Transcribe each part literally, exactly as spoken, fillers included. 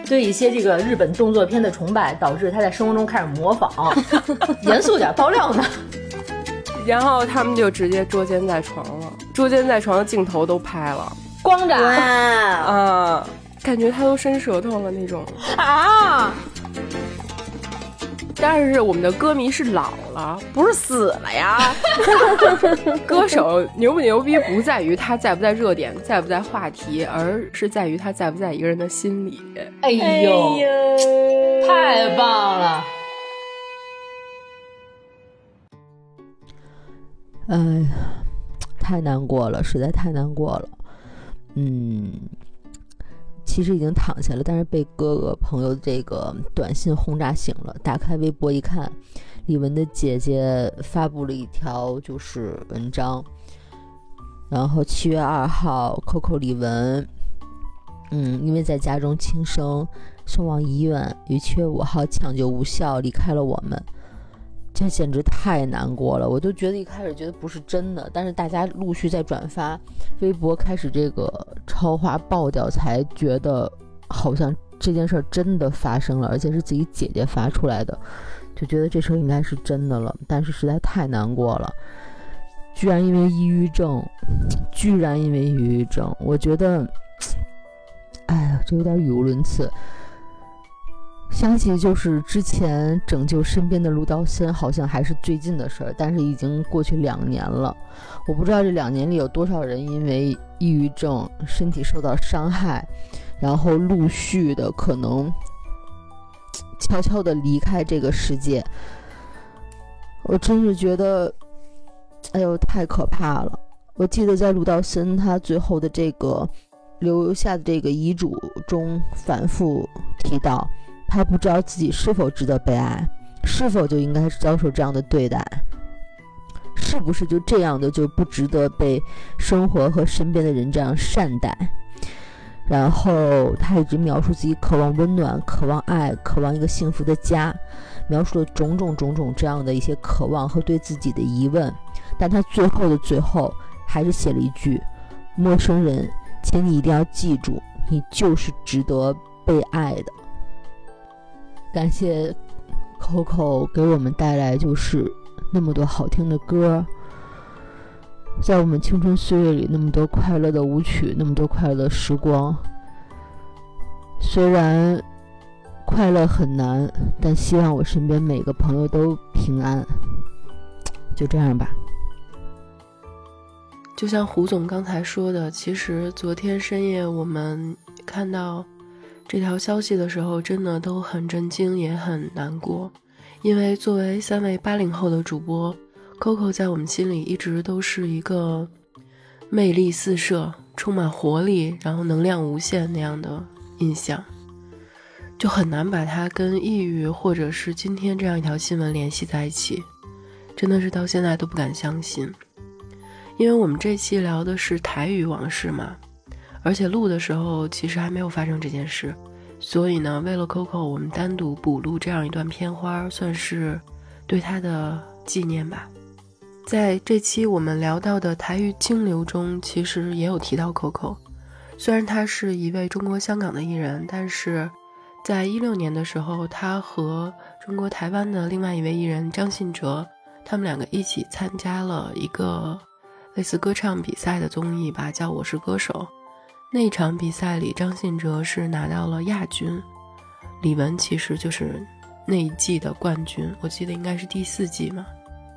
对一些这个日本动作片的崇拜，导致他在生活中开始模仿。严肃点，爆料呢。 然后他们就直接捉奸在床了，捉奸在床的镜头都拍了， 光着啊，感觉他都伸舌头了那种啊。 但是我们的歌迷是老了，不是死了呀。歌手牛不牛逼不在于他在不在热点，在不在话题，而是在于他在不在一个人的心里。 哎呦，哎呦，太棒了！ 哎呀，太难过了，实在太难过了。嗯。其实已经躺下了，但是被哥哥朋友这个短信轰炸醒了。打开微博一看，李玟的姐姐发布了一条就是文章，然后七月二号 Coco 李玟嗯，因为在家中轻生送往医院，于七月五号抢救无效离开了我们。这简直太难过了，我就觉得一开始觉得不是真的，但是大家陆续在转发微博，开始这个超话爆掉，才觉得好像这件事真的发生了，而且是自己姐姐发出来的，就觉得这事应该是真的了，但是实在太难过了。居然因为抑郁症，居然因为抑郁症，我觉得哎呀，这有点语无伦次。想起就是之前拯救身边的陆道森，好像还是最近的事儿，但是已经过去两年了。我不知道这两年里有多少人因为抑郁症身体受到伤害，然后陆续的可能悄悄的离开这个世界。我真是觉得哎呦太可怕了。我记得在陆道森他最后的这个留下的这个遗嘱中反复提到，他不知道自己是否值得被爱，是否就应该遭受这样的对待，是不是就这样的就不值得被生活和身边的人这样善待。然后他一直描述自己渴望温暖，渴望爱，渴望一个幸福的家，描述了种种种种这样的一些渴望和对自己的疑问。但他最后的最后还是写了一句：陌生人，请你一定要记住，你就是值得被爱的。感谢 Coco 给我们带来就是那么多好听的歌，在我们青春岁月里那么多快乐的舞曲，那么多快乐的时光。虽然快乐很难，但希望我身边每个朋友都平安。就这样吧。 就像胡总刚才说的，其实昨天深夜我们看到这条消息的时候真的都很震惊也很难过，因为作为三位八零后的主播， Coco 在我们心里一直都是一个魅力四射，充满活力，然后能量无限那样的印象，就很难把它跟抑郁或者是今天这样一条新闻联系在一起，真的是到现在都不敢相信。因为我们这期聊的是台语往事嘛，而且录的时候其实还没有发生这件事，所以呢，为了 Coco 我们单独补录这样一段片花，算是对他的纪念吧。在这期我们聊到的台语清流中，其实也有提到 Coco， 虽然他是一位中国香港的艺人，但是在一六年的时候，他和中国台湾的另外一位艺人张信哲，他们两个一起参加了一个类似歌唱比赛的综艺吧，叫《我是歌手》。那一场比赛里，张信哲是拿到了亚军，李玟其实就是那一季的冠军，我记得应该是第四季嘛。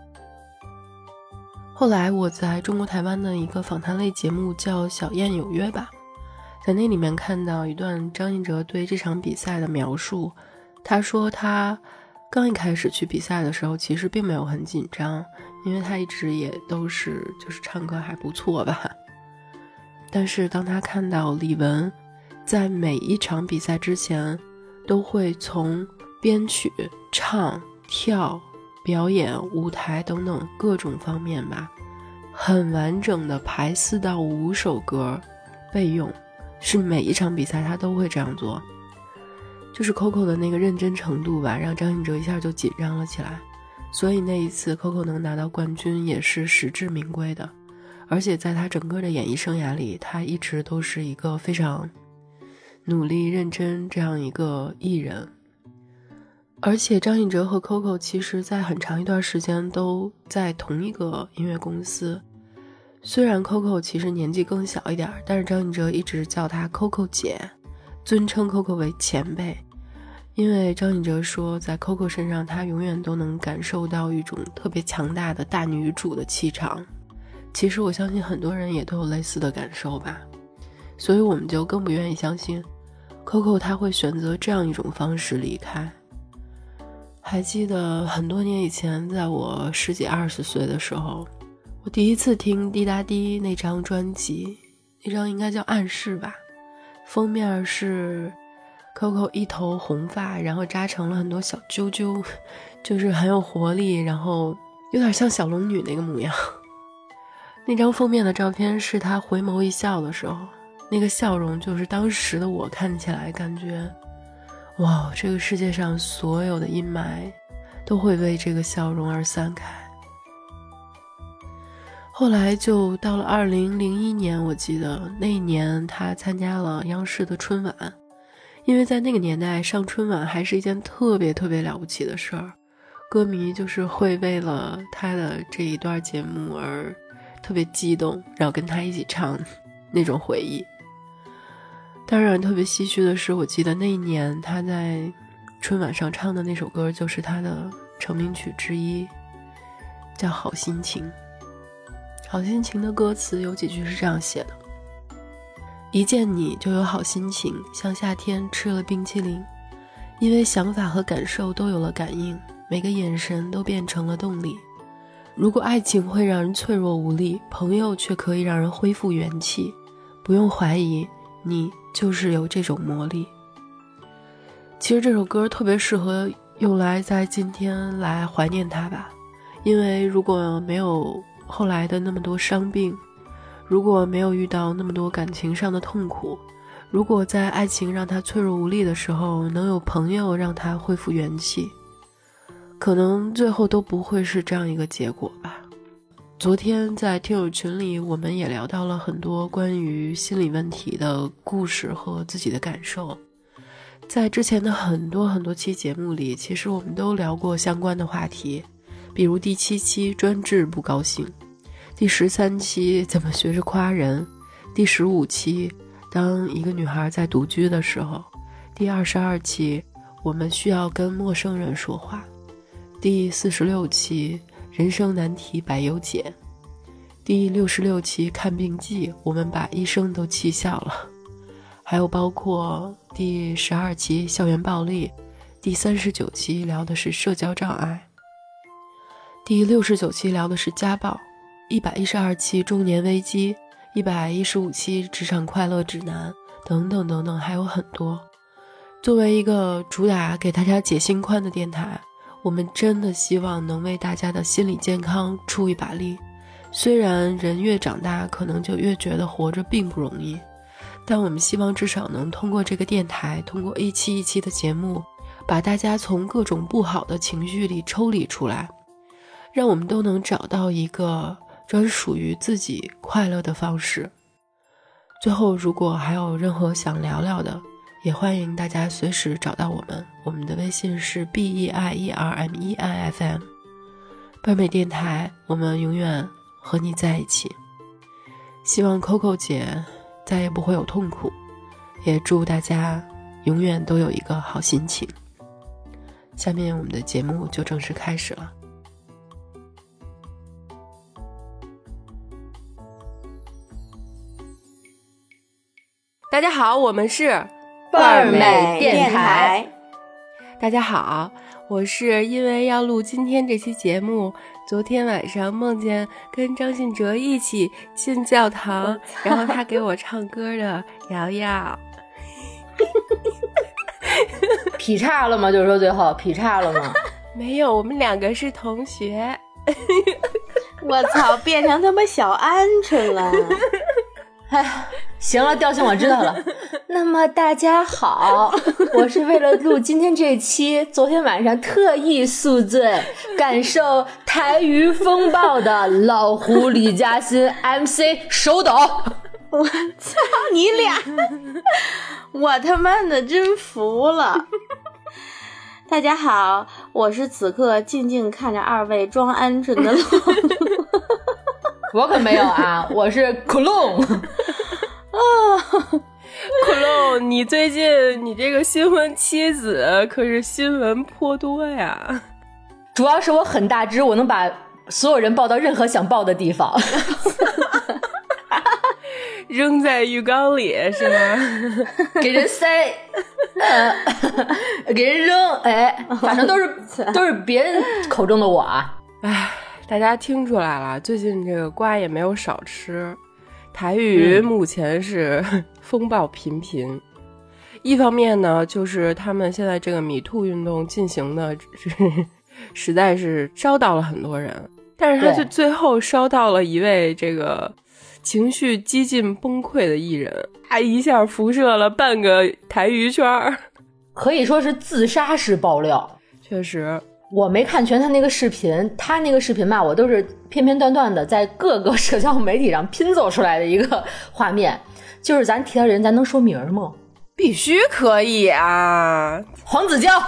后来我在中国台湾的一个访谈类节目叫《小燕有约》吧，在那里面看到一段张信哲对这场比赛的描述。他说他刚一开始去比赛的时候其实并没有很紧张，因为他一直也都是就是唱歌还不错吧。但是当他看到李玟在每一场比赛之前都会从编曲、唱、跳、表演、舞台等等各种方面吧，很完整的排四到五首歌备用，是每一场比赛他都会这样做。就是 Coco 的那个认真程度吧，让张信哲一下就紧张了起来。所以那一次 Coco 能拿到冠军也是实至名归的。而且在他整个的演艺生涯里，他一直都是一个非常努力认真这样一个艺人。而且张信哲和 Coco 其实在很长一段时间都在同一个音乐公司，虽然 Coco 其实年纪更小一点，但是张信哲一直叫她 Coco 姐，尊称 Coco 为前辈。因为张信哲说在 Coco 身上他永远都能感受到一种特别强大的大女主的气场，其实我相信很多人也都有类似的感受吧，所以我们就更不愿意相信 Coco 他会选择这样一种方式离开。还记得很多年以前，在我十几二十岁的时候，我第一次听滴答滴那张专辑，那张应该叫暗示吧，封面是 Coco 一头红发，然后扎成了很多小揪揪，就是很有活力，然后有点像小龙女那个模样。那张封面的照片是她回眸一笑的时候，那个笑容就是当时的我看起来感觉哇，这个世界上所有的阴霾都会为这个笑容而散开。后来就到了二零零一年，我记得那一年他参加了央视的春晚，因为在那个年代上春晚还是一件特别特别了不起的事儿，歌迷就是会为了他的这一段节目而特别激动，然后跟他一起唱那种回忆。当然特别唏嘘的是，我记得那一年他在春晚上唱的那首歌就是他的成名曲之一，叫《好心情》。好心情的歌词有几句是这样写的：一见你就有好心情，像夏天吃了冰淇淋，因为想法和感受都有了感应，每个眼神都变成了动力。如果爱情会让人脆弱无力，朋友却可以让人恢复元气，不用怀疑，你就是有这种魔力。其实这首歌特别适合用来在今天来怀念他吧，因为如果没有后来的那么多伤病，如果没有遇到那么多感情上的痛苦，如果在爱情让他脆弱无力的时候能有朋友让他恢复元气，可能最后都不会是这样一个结果吧。昨天在听友群里我们也聊到了很多关于心理问题的故事和自己的感受，在之前的很多很多期节目里，其实我们都聊过相关的话题，比如第七期专治不高兴，第十三期怎么学着夸人，第十五期当一个女孩在独居的时候，第二十二期我们需要跟陌生人说话，第四十六期人生难题百忧解，第六十六期看病记，我们把医生都气笑了，还有包括第十二期校园暴力，第三十九期聊的是社交障碍，第六十九期聊的是家暴，一百一十二期中年危机，一百一十五期职场快乐指南，等等等等，还有很多。作为一个主打给大家解心宽的电台，我们真的希望能为大家的心理健康出一把力。虽然人越长大可能就越觉得活着并不容易，但我们希望至少能通过这个电台，通过一期一期的节目，把大家从各种不好的情绪里抽离出来，让我们都能找到一个专属于自己快乐的方式。最后如果还有任何想聊聊的，也欢迎大家随时找到我们，我们的微信是 B E I E R M E I F M 倍儿美电台，我们永远和你在一起。希望 Coco 姐再也不会有痛苦，也祝大家永远都有一个好心情。下面我们的节目就正式开始了。大家好，我们是倍儿美电台。 大家好，我是因为要录今天这期节目，昨天晚上梦见跟张信哲一起进教堂，然后他给我唱歌的瑶瑶。 劈叉了吗？就是说最后劈叉了吗？ 没有，我们两个是同学。 我操，变成他妈小鹌鹑了。 哎，行了，调性我知道了。那么大家好，我是为了录今天这期，昨天晚上特意宿醉，感受台语风暴的老胡李嘉欣 M C 手抖。 我操你俩！ 我他妈的真服了。大家好，我是此刻静静看着二位装鹌鹑的露露。 我可没有啊，我是库隆。 啊，库隆，你最近你这个新婚妻子可是新闻颇多呀。 主要是我很大只，我能把所有人抱到任何想抱的地方。 扔在浴缸里是吗？ 给人塞，呃，给人扔，哎，反正都是都是别人口中的我啊。 哎，大家听出来了，最近这个瓜也没有少吃。台语目前是风暴频频，嗯、一方面呢，就是他们现在这个米兔运动进行的实在是烧到了很多人，但是他就最后烧到了一位这个情绪几近崩溃的艺人，他一下辐射了半个台语圈， 可以说是自杀式爆料。 确实， 我没看全他那个视频，他那个视频吧，我都是片片段段的在各个社交媒体上拼凑出来的一个画面。就是咱提到人，咱能说名吗？ 必须可以啊， 黄子佼。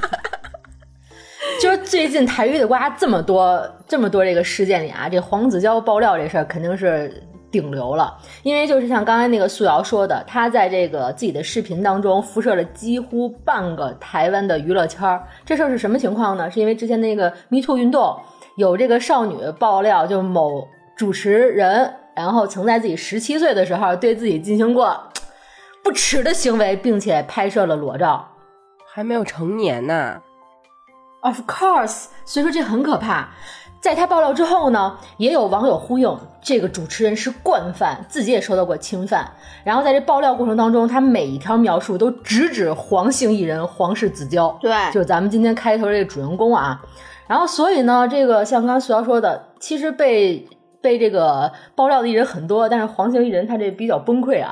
就是最近台语的瓜这么多这么多这个事件里啊，这黄子佼爆料这事儿肯定是顶流了。因为就是像刚才那个素瑶说的，他在这个自己的视频当中辐射了几乎半个台湾的娱乐圈。这事儿是什么情况呢？是因为之前那个 Me Too 运动有这个少女爆料，就某主持人然后曾在自己十七岁的时候对自己进行过不耻的行为，并且拍摄了裸照。 还没有成年呢。 Of course， 所以说这很可怕。在他爆料之后呢，也有网友呼应这个主持人是惯犯，自己也受到过侵犯。然后在这爆料过程当中，他每一条描述都直指黄姓艺人黄氏子佼， 对， 就是咱们今天开头这个主人公啊。然后所以呢，这个像刚刚苏瑶说的，其实被被这个爆料的艺人很多，但是黄姓艺人他这比较崩溃啊。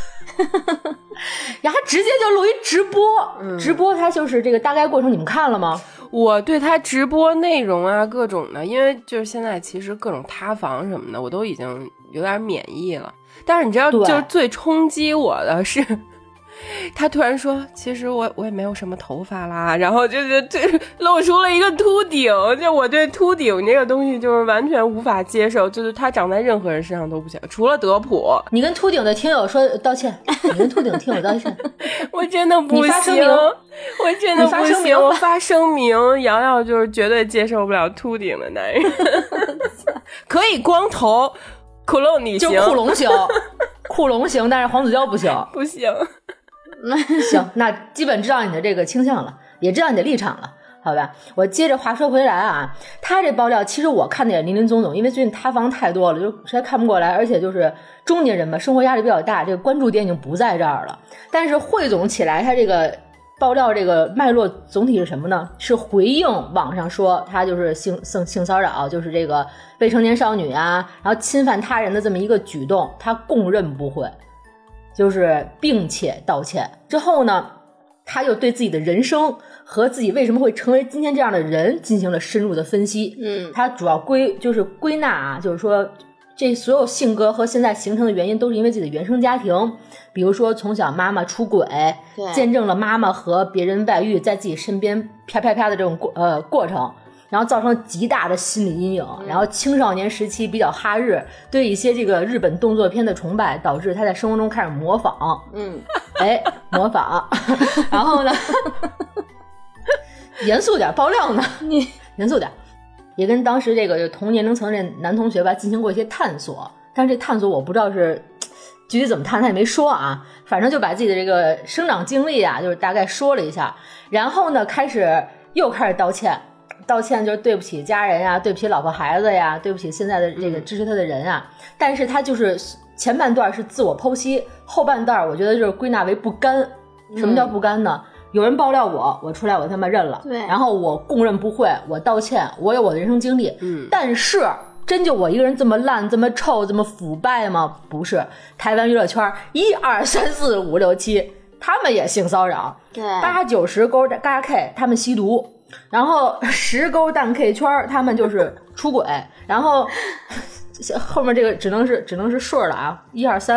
然后直接就录一直播、嗯、直播他就是这个大概过程你们看了吗？ 我对他直播内容啊各种的，因为就是现在其实各种塌房什么的我都已经有点免疫了，但是你知道就是最冲击我的是他突然说其实我我也没有什么头发啦，然后就就就露出了一个秃顶，就我对秃顶这个东西就是完全无法接受，就是他长在任何人身上都不行，除了德普。你跟秃顶的听友说道歉，你跟秃顶听友道歉。 我真的不行，我真的不行，我发声明，瑶瑶就是绝对接受不了秃顶的男人。可以光头，库隆你行， 就库隆行，库隆行，但是黄子佼不行， 不行。 行，那基本知道你的这个倾向了，也知道你的立场了，好吧？我接着话说回来啊，他这爆料其实我看的也林林总总，因为最近塌房太多了，就实在看不过来，而且就是中年人吧，生活压力比较大，这个关注点已经不在这儿了。但是汇总起来，他这个爆料这个脉络总体是什么呢？是回应网上说他就是性性性骚扰，就是这个未成年少女啊，然后侵犯他人的这么一个举动，他供认不讳。就是并且道歉之后呢，他又对自己的人生和自己为什么会成为今天这样的人进行了深入的分析。 嗯， 他主要归就是归纳啊，就是说这所有性格和现在形成的原因都是因为自己的原生家庭，比如说从小妈妈出轨，见证了妈妈和别人外遇在自己身边啪啪啪的这种过呃过程，然后造成了极大的心理阴影，然后青少年时期比较哈日，对一些这个日本动作片的崇拜，导致他在生活中开始模仿， 嗯， 哎，模仿，然后呢，严肃点爆料呢，你严肃点，也跟当时这个同年龄层这男同学吧进行过一些探索，但是这探索我不知道是具体怎么探，他也没说啊，反正就把自己的这个生长经历啊，就是大概说了一下，然后呢，开始又开始道歉。道歉就是对不起家人呀，对不起老婆孩子呀，对不起现在的这个支持他的人啊。但是他就是前半段是自我剖析，后半段我觉得就是归纳为不甘。什么叫不甘呢？嗯、有人爆料我，我出来我他妈认了， 对， 然后我供认不讳，我道歉，我有我的人生经历。 嗯， 但是真就我一个人这么烂、这么臭、这么腐败吗？不是，台湾娱乐圈一二三四五六七，他们也性骚扰， 对， 八九十勾嘎 K 他们吸毒。然后十勾蛋 K 圈他们就是出轨，然后后面这个只能是只能是顺了啊，一二三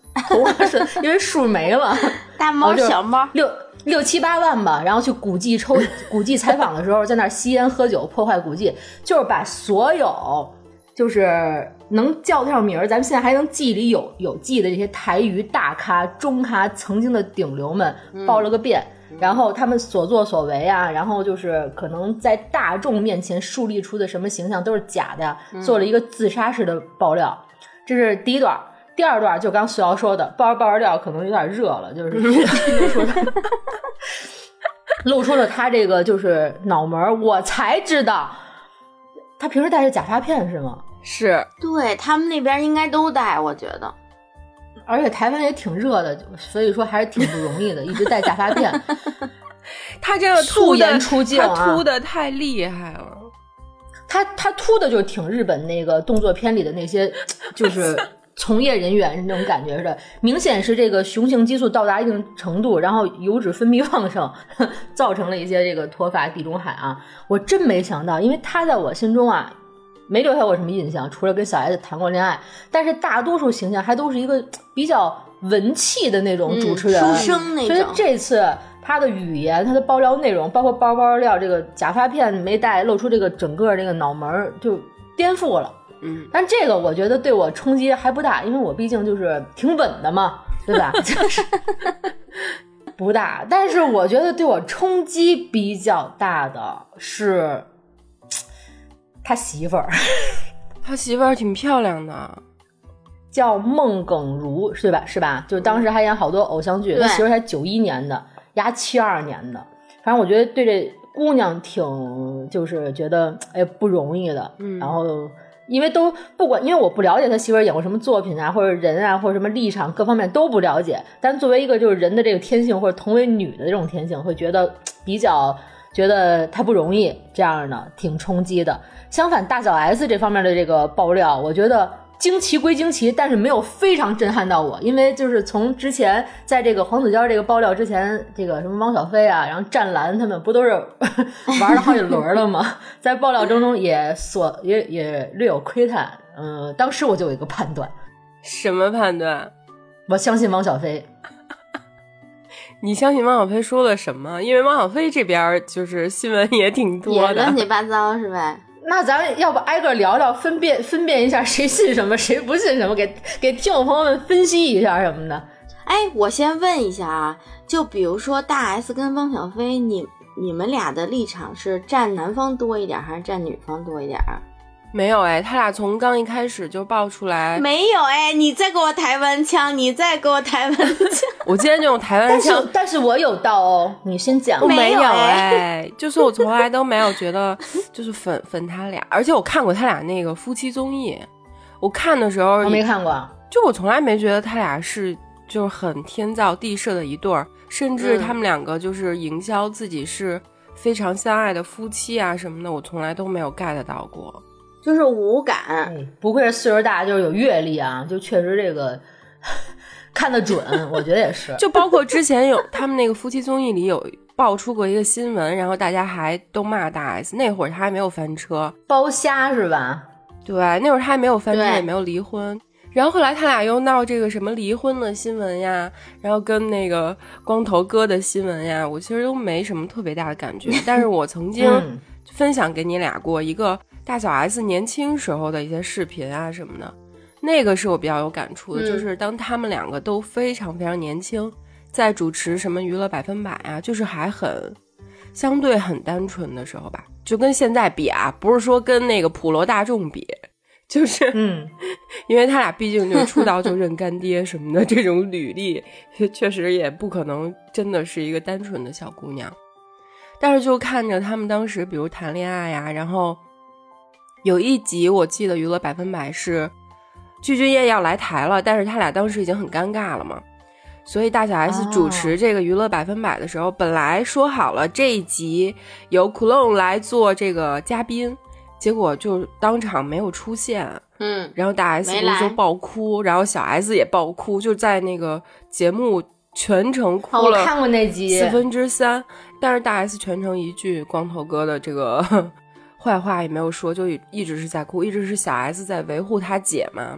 头发是因为数没了， 大猫小猫六六七八万吧，然后去古迹抽古迹采访的时候，在那儿吸烟喝酒破坏古迹，就是把所有就是能叫得上名儿，咱们现在还能记忆里有有记的这些台娱大咖、中咖曾经的顶流们报了个遍。嗯，然后他们所作所为啊，然后就是可能在大众面前树立出的什么形象都是假的，做了一个自杀式的爆料。这是第一段。第二段就刚苏瑶说的，爆着爆着料可能有点热了，就是露出了露出了他这个就是脑门，我才知道他平时戴着假发片是吗？ 是， 对，他们那边应该都戴，我觉得。 而且台湾也挺热的，所以说还是挺不容易的，一直戴假发片。 他这个素颜出镜啊， 他秃的太厉害了。 他他秃的就挺日本那个动作片里的那些，就是从业人员那种感觉似的，明显是这个雄性激素到达一定程度，然后油脂分泌旺盛，造成了一些这个脱发地中海啊。我真没想到，因为他在我心中啊没留下过什么印象，除了跟小 S 谈过恋爱，但是大多数形象还都是一个比较文气的那种主持人， 嗯、书生那种。 所以这次他的语言，他的爆料内容，包括爆爆料这个假发片没戴，露出这个整个这个脑门，就颠覆了。 嗯， 但这个我觉得对我冲击还不大，因为我毕竟就是挺稳的嘛，对吧？就是不大，但是我觉得对我冲击比较大的是他媳妇儿。 他媳妇儿挺漂亮的， 叫孟耿如，是吧？是吧？就当时还演好多偶像剧，他媳妇儿才九一年的，丫七二年的。反正我觉得对这姑娘挺，就是觉得哎不容易的。嗯，然后因为都不管，因为我不了解他媳妇儿演过什么作品啊，或者人啊，或者什么立场，各方面都不了解。但作为一个就是人的这个天性，或者同为女的这种天性，会觉得比较觉得她不容易，这样的挺冲击的。相反，大小 S 这方面的这个爆料，我觉得惊奇归惊奇，但是没有非常震撼到我，因为就是从之前在这个黄子佼这个爆料之前，这个什么汪小菲啊，然后湛蓝他们不都是玩了好几轮了吗？在爆料当中也所也也略有窥探。嗯、呃，当时我就有一个判断。 什么判断？ 我相信汪小菲。 你相信汪小菲说了什么？因为汪小菲这边就是新闻也挺多的， 也乱七八糟是呗。 那咱要不挨个聊聊，分辨分辨一下谁信什么谁不信什么，给给听众朋友们分析一下什么的。 哎，我先问一下啊，就比如说大 S 跟汪小菲，你你们俩的立场是站男方多一点还是站女方多一点啊？ 没有哎，他俩从刚一开始就爆出来。 没有哎，你再给我台湾腔，你再给我台湾腔。 我今天就用台湾腔， 但是但是我有到哦，你先讲。 没有哎，就是我从来都没有觉得就是粉粉他俩，而且我看过他俩那个夫妻综艺，我看的时候我没看过， 就我从来没觉得他俩是就是很天造地设的一对儿，甚至他们两个就是营销自己是非常相爱的夫妻啊什么的，我从来都没有 get 到过。 就是无感、 哎、不愧是岁数大就是有阅历啊，就确实这个看得准。我觉得也是， 就包括之前有他们那个夫妻综艺里有爆出过一个新闻，然后大家还都骂大 S， 那会儿他还没有翻车包虾是吧？ 对，那会儿他还没有翻车也没有离婚，然后后来他俩又闹这个什么离婚的新闻呀，然后跟那个光头哥的新闻呀，我其实都没什么特别大的感觉。但是我曾经分享给你俩过一个大小 S 年轻时候的一些视频啊什么的，那个是我比较有感触的、嗯、就是当他们两个都非常非常年轻，在主持什么娱乐百分百啊，就是还很相对很单纯的时候吧，就跟现在比啊，不是说跟那个普罗大众比，就是嗯，因为他俩毕竟就出道就认干爹什么的这种履历确实也不可能真的是一个单纯的小姑娘。但是就看着他们当时比如谈恋爱呀、啊，然后有一集我记得娱乐百分百是具俊晔要来台了，但是他俩当时已经很尴尬了嘛，所以大小 S 主持这个娱乐百分百的时候、哦、本来说好了这一集由库隆来做这个嘉宾，结果就当场没有出现， 嗯， 然后大 S 就爆哭，然后小 S 也爆哭，就在那个节目全程哭了， 我看过那集四分之三，但是大 S 全程一句光头哥的这个坏话也没有说，就一直是在哭，一直是小 S 在维护他姐嘛。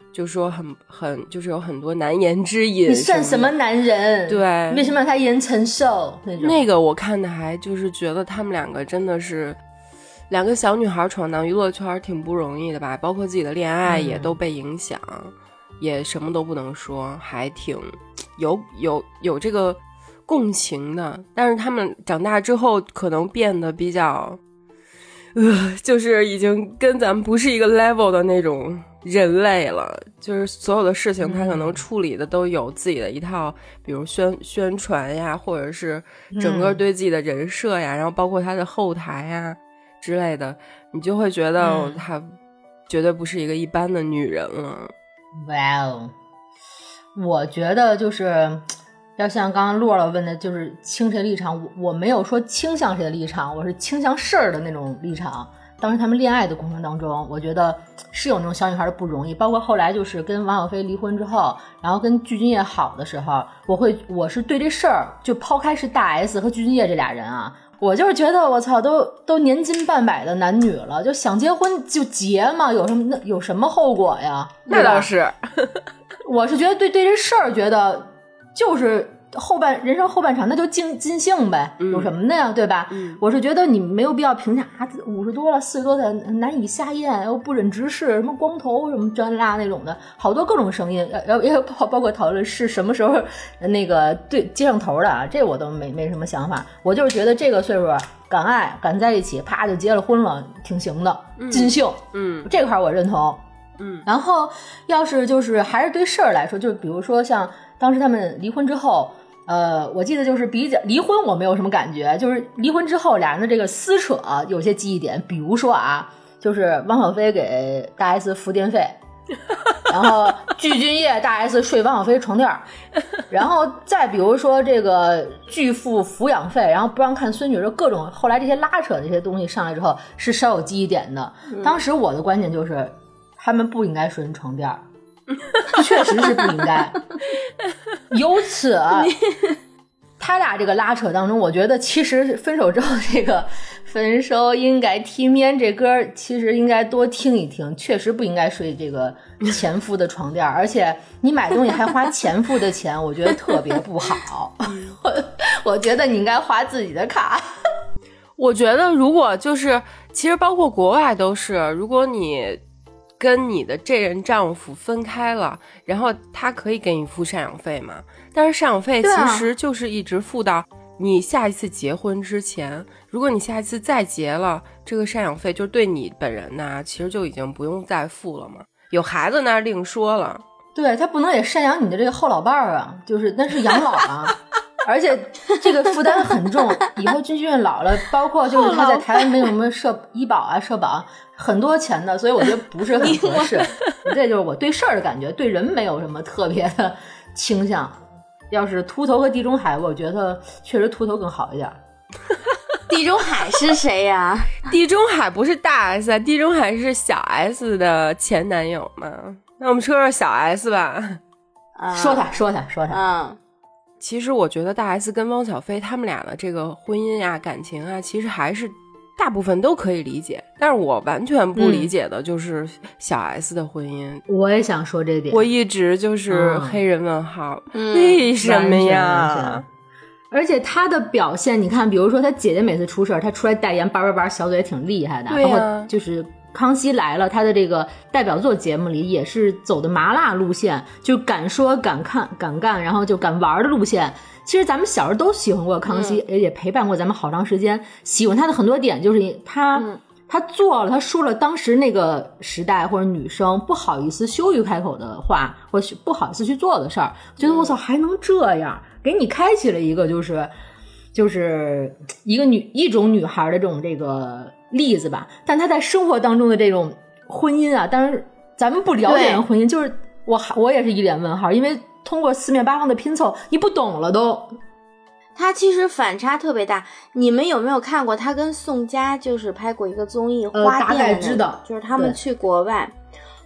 就说很很就是有很多难言之隐。 你算什么男人？ 对， 为什么让他一人承受那种？ 那个我看的还就是觉得他们两个真的是两个小女孩闯荡娱乐圈挺不容易的吧，包括自己的恋爱也都被影响，嗯、也什么都不能说，还挺有有有这个共情的。但是他们长大之后可能变得比较呃，就是已经跟咱们不是一个 level 的那种人类了，就是所有的事情他可能处理的都有自己的一套，比如宣宣传呀，或者是整个对自己的人设呀、嗯、然后包括他的后台呀之类的，你就会觉得他绝对不是一个一般的女人了。 哇哦，我觉得就是要像刚刚洛洛问的，就是倾谁立场，我我没有说倾向谁的立场，我是倾向事儿的那种立场。当时他们恋爱的过程当中，我觉得是有那种小女孩的不容易，包括后来就是跟王小飞离婚之后，然后跟具俊晔好的时候，我会我是对这事儿，就抛开是大 S 和具俊晔这俩人啊，我就是觉得我操，都都年近半百的男女了，就想结婚就结嘛，有什么那有什么后果呀？ 那倒是， 我是觉得对对这事儿觉得就是后半人生后半场那就尽尽兴呗、嗯、有什么的呀，对吧、嗯、我是觉得你没有必要评价五十多了四十多的难以下咽又不忍直视什么光头什么专拉那种的，好多各种声音，也也包括讨论是什么时候那个对接上头的啊，这我都没没什么想法，我就是觉得这个岁数敢爱敢在一起啪就结了婚了挺行的，尽兴，嗯，这块我认同。嗯，然后要是就是还是对事儿来说，就比如说像当时他们离婚之后，呃，我记得就是比较离婚我没有什么感觉，就是离婚之后俩人的这个撕扯有些记忆点，比如说啊，就是汪小菲给大 S 付电费，然后具俊晔大 S 睡汪小菲床垫，然后再比如说这个拒付抚养费，然后不让看孙女，就各种后来这些拉扯的这些东西上来之后是稍有记忆点的。当时我的观点就是他们不应该睡人床垫，确实是不应该。由此他俩这个拉扯当中，我觉得其实分手之后这个分手应该体面这歌其实应该多听一听，确实不应该睡这个前夫的床垫，而且你买东西还花前夫的钱，我觉得特别不好。我我觉得你应该花自己的卡。 我觉得如果就是其实包括国外都是，如果你跟你的这任丈夫分开了，然后他可以给你付赡养费嘛，但是赡养费其实就是一直付到你下一次结婚之前、啊、如果你下一次再结了，这个赡养费就对你本人呢其实就已经不用再付了嘛，有孩子那另说了。 对，他不能也赡养你的这个后老伴儿啊，就是那是养老啊。而且这个负担很重，以后军训老了，包括就是他在台湾没有什么社医保啊、社保，很多钱的，所以我觉得不是很合适。这就是我对事儿的感觉，对人没有什么特别的倾向。要是秃头和地中海，我觉得确实秃头更好一点。 地中海是谁呀、啊？ 地中海不是大 S 啊，地中海是小 S 的前男友嘛。那我们说说小 S 吧。 啊、说他，说他，说他。 嗯。 其实我觉得大 S 跟汪小菲他们俩的这个婚姻呀、感情啊，其实还是大部分都可以理解，但是我完全不理解的就是小 S 的婚姻。 嗯、我也想说这点， 我一直就是黑人问号，嗯、为什么呀？ 而且他的表现，你看，比如说他姐姐每次出事，他出来代言叭叭叭，小嘴也挺厉害的， 对、啊、 包括就是康熙来了，他的这个代表作节目里也是走的麻辣路线，就敢说敢看敢干，然后就敢玩的路线。其实咱们小时候都喜欢过康熙、嗯、也陪伴过咱们好长时间，喜欢他的很多点就是他、嗯、他做了他说了当时那个时代或者女生不好意思羞于开口的话，或是不好意思去做的事儿，觉得我操还能这样，给你开启了一个就是就是一个女一种女孩的这种这个例子吧。但她在生活当中的这种婚姻啊，当然咱们不了解人婚姻，就是我我也是一脸问号，因为通过四面八方的拼凑你不懂了都。 他其实反差特别大，你们有没有看过他跟宋佳就是拍过一个综艺花店、呃、 大概知道， 就是他们去国外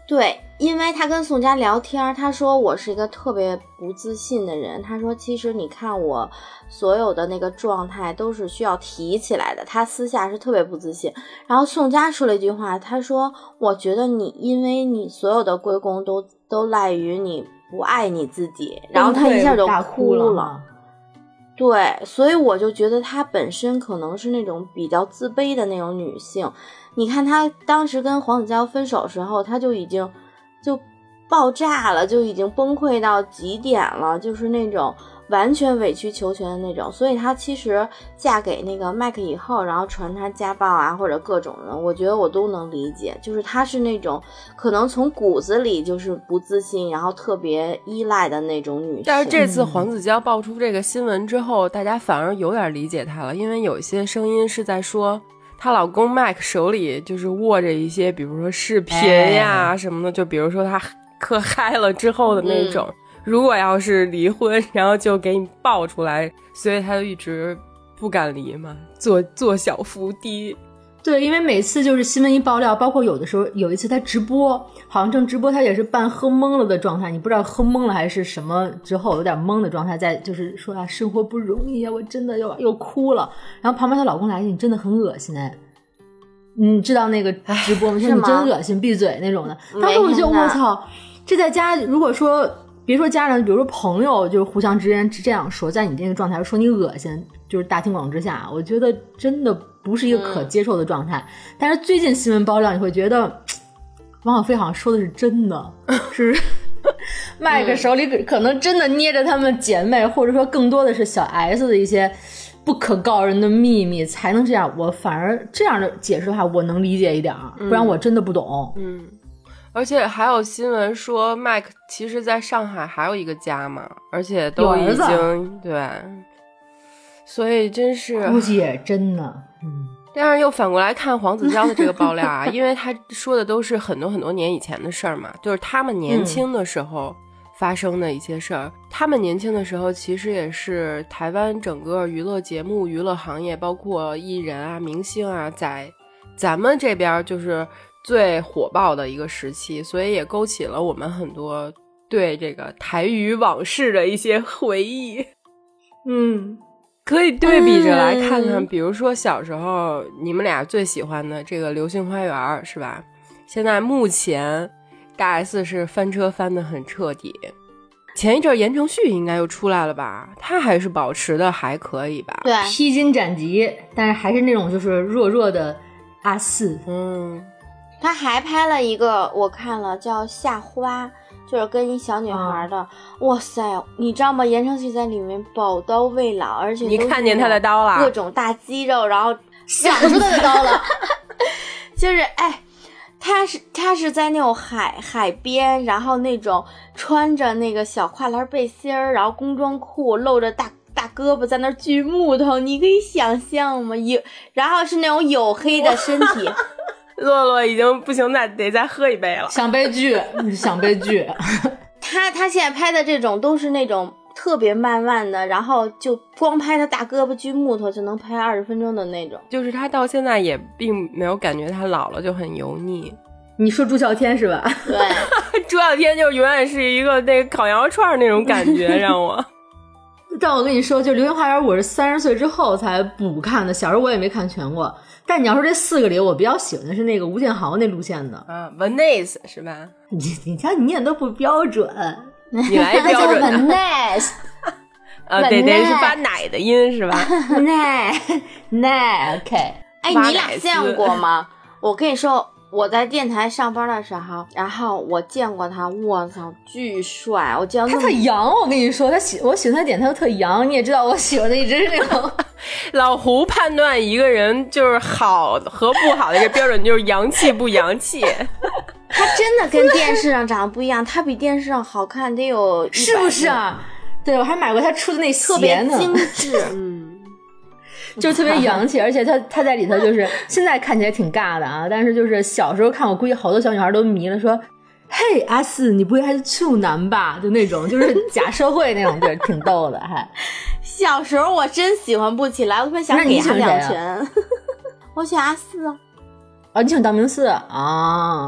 对，因为他跟宋佳聊天，他说我是一个特别不自信的人，他说其实你看我所有的那个状态都是需要提起来的，他私下是特别不自信。然后宋佳说了一句话，他说我觉得你因为你所有的归功都都赖于你不爱你自己，然后他一下就哭了， 了对，所以我就觉得她本身可能是那种比较自卑的那种女性。你看她当时跟黄子佼分手时候，她就已经就爆炸了，就已经崩溃到极点了，就是那种完全委曲求全的那种。所以她其实嫁给那个麦克以后，然后传她家暴啊或者各种人，我觉得我都能理解，就是她是那种可能从骨子里就是不自信，然后特别依赖的那种女性。 但是这次黄子佼爆出这个新闻之后，大家反而有点理解她了，因为有一些声音是在说她老公麦克手里就是握着一些比如说视频呀、哎、什么的，就比如说他嗑嗨了之后的那种、嗯、如果要是离婚然后就给你爆出来，所以他就一直不敢离嘛，做做小伏低。 对，因为每次就是新闻一爆料，包括有的时候有一次他直播，好像正直播他也是半喝懵了的状态，你不知道喝懵了还是什么，之后有点懵的状态，在就是说啊生活不容易啊，我真的又又哭了。然后旁边她老公来，你真的很恶心哎，你知道那个直播吗？说你真恶心，闭嘴那种的。当时我就我操，这在家如果说别说家人，比如说朋友，就是互相之间这样说，在你这个状态说你恶心，就是大庭广众之下，我觉得真的不是一个可接受的状态、嗯、但是最近新闻爆料你会觉得王小飞好像说的是真的，是麦克手里可能真的捏着他们姐妹、嗯、或者说更多的是小 S 的一些不可告人的秘密才能这样。我反而这样的解释的话我能理解一点、嗯、不然我真的不懂。 嗯，而且还有新闻说麦克其实在上海还有一个家嘛，而且都已经对，所以真是估计也真的。嗯， 但是又反过来看黄子佼的这个爆料啊，因为他说的都是很多很多年以前的事儿嘛，就是他们年轻的时候发生的一些事儿、嗯、他们年轻的时候其实也是台湾整个娱乐节目娱乐行业包括艺人啊明星啊在咱们这边就是最火爆的一个时期，所以也勾起了我们很多对这个台语往事的一些回忆。 嗯， 可以对比着来看看、嗯、比如说小时候你们俩最喜欢的这个流星花园是吧，现在目前大 S 是翻车翻得很彻底，前一阵言承旭应该又出来了吧，他还是保持的还可以吧， 对， 披荆斩棘，但是还是那种就是弱弱的阿四。 嗯， 他还拍了一个我看了叫夏花，就是跟一小女孩的、嗯、哇塞你知道吗，言承旭在里面宝刀未老，而且你看见他的刀了， 各种大肌肉，然后想出他的刀了就是哎他是他是在那种海海边，然后那种穿着那个小跨栏背心儿，然后工装裤，露着大大胳膊在那锯木头，你可以想象吗？有，然后是那种黝黑的身体洛洛已经不行，那得再喝一杯了， 想悲剧想悲剧他他现在拍的这种都是那种特别慢慢的，然后就光拍他大胳膊锯木头就能拍二十分钟的那种， 就是他到现在也并没有感觉他老了就很油腻。 你说朱孝天是吧？ 对朱孝天就永远是一个那个烤羊肉串那种感觉让我但我跟你说就流星花园我是三十岁之后才补看的，小时候我也没看全过，但你要说这四个里我比较喜欢的是那个吴建豪那路线的啊 Vanessa 是吧， 你你看你念都不标准， 你来标准的 Vanessa 啊，得得是发奶的音是吧奶奶 OK。 哎你俩见过吗？我跟你说我在电台上班的时候，然后我见过他，我操巨帅，我见到他特洋，我跟你说他喜我喜欢他点他都特洋，你也知道我喜欢的一直是那种老胡判断一个人就是好和不好的一个标准就是洋气不洋气他真的跟电视上长得不一样，他比电视上好看得有是不是啊？对，我还买过他出的那鞋呢， 特别精致嗯就是特别洋气，而且他他在里头就是现在看起来挺尬的啊，但是就是小时候看我估计好多小女孩都迷了，说嘿阿四你不会还是处男吧，就那种就是假社会那种，就是挺逗的还小时候我真喜欢不起来，我特别想给他两拳我选阿四啊。 啊你喜欢道明寺啊？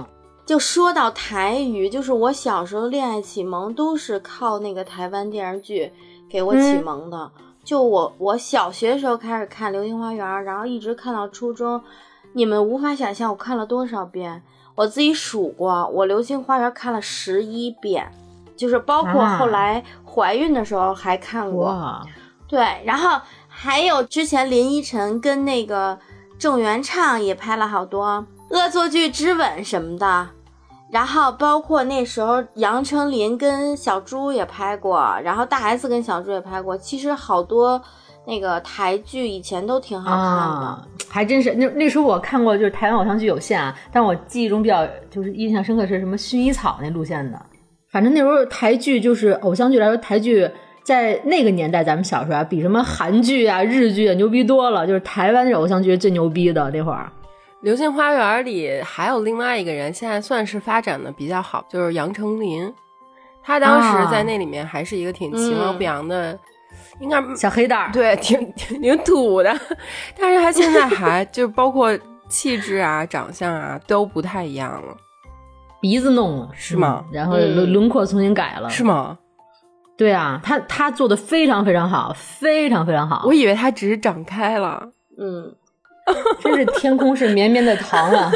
就说到台语，就是我小时候恋爱启蒙都是靠那个台湾电视剧给我启蒙的。嗯、就我我小学的时候开始看《流星花园》，然后一直看到初中，你们无法想象我看了多少遍。我自己数过，我《流星花园》看了十一遍，就是包括后来怀孕的时候还看过。 啊、 对，然后还有之前林依晨跟那个郑元畅也拍了好多《恶作剧之吻》什么的。然后包括那时候杨丞琳跟小猪也拍过，然后大 S 跟小猪也拍过，其实好多那个台剧以前都挺好看的。 啊、还真是那那时候我看过，就是台湾偶像剧有限啊，但我记忆中比较就是印象深刻是什么薰衣草那路线的。反正那时候台剧就是偶像剧来说，台剧在那个年代咱们小时候啊，比什么韩剧啊日剧啊牛逼多了，就是台湾这偶像剧最牛逼的那会儿。 流星花园里还有另外一个人现在算是发展的比较好，就是杨丞琳。他当时在那里面还是一个挺其貌不扬的、嗯、应该小黑蛋儿， 对，挺挺挺土的，但是他现在还就包括气质啊长相啊都不太一样了， 鼻子弄了是吗、 嗯、然后轮廓重新改了、 嗯、是吗？ 对啊，他他做的非常非常好，非常非常好。 我以为他只是长开了。 嗯， 真是天空是绵绵的糖啊。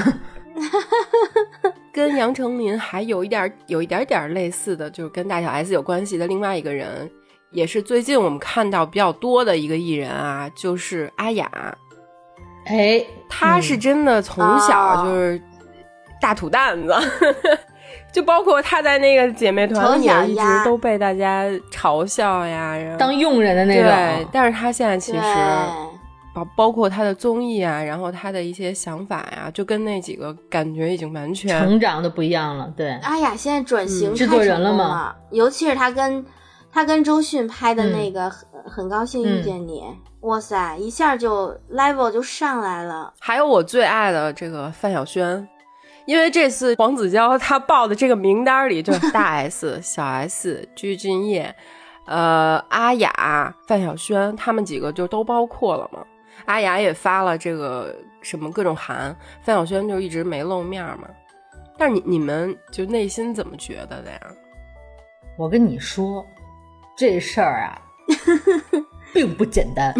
跟杨丞琳还有一点有一点点类似的，就是跟大小 S 有关系的另外一个人，也是最近我们看到比较多的一个艺人啊，就是阿雅。 哎， 她是真的从小就是大土蛋子、嗯、就包括她在那个姐妹团里也一直都被大家嘲笑呀， 当佣人的那种。 对，但是她现在其实包包括他的综艺啊，然后他的一些想法呀、啊，就跟那几个感觉已经完全成长的不一样了。对， 阿雅现在转型制作人了吗？ 尤其是他跟他跟周迅拍的那个很、嗯、很高兴遇见你、嗯，哇塞，一下就 level 就上来了。 还有我最爱的这个范晓萱，因为这次黄子佼他报的这个名单里就是大 S 小 S 具俊晔呃阿雅范晓萱他们几个就都包括了嘛。阿雅也发了这个什么各种函，范晓萱就一直没露面嘛。但是你你们就内心怎么觉得的呀？ 我跟你说，这事儿啊，并不简单。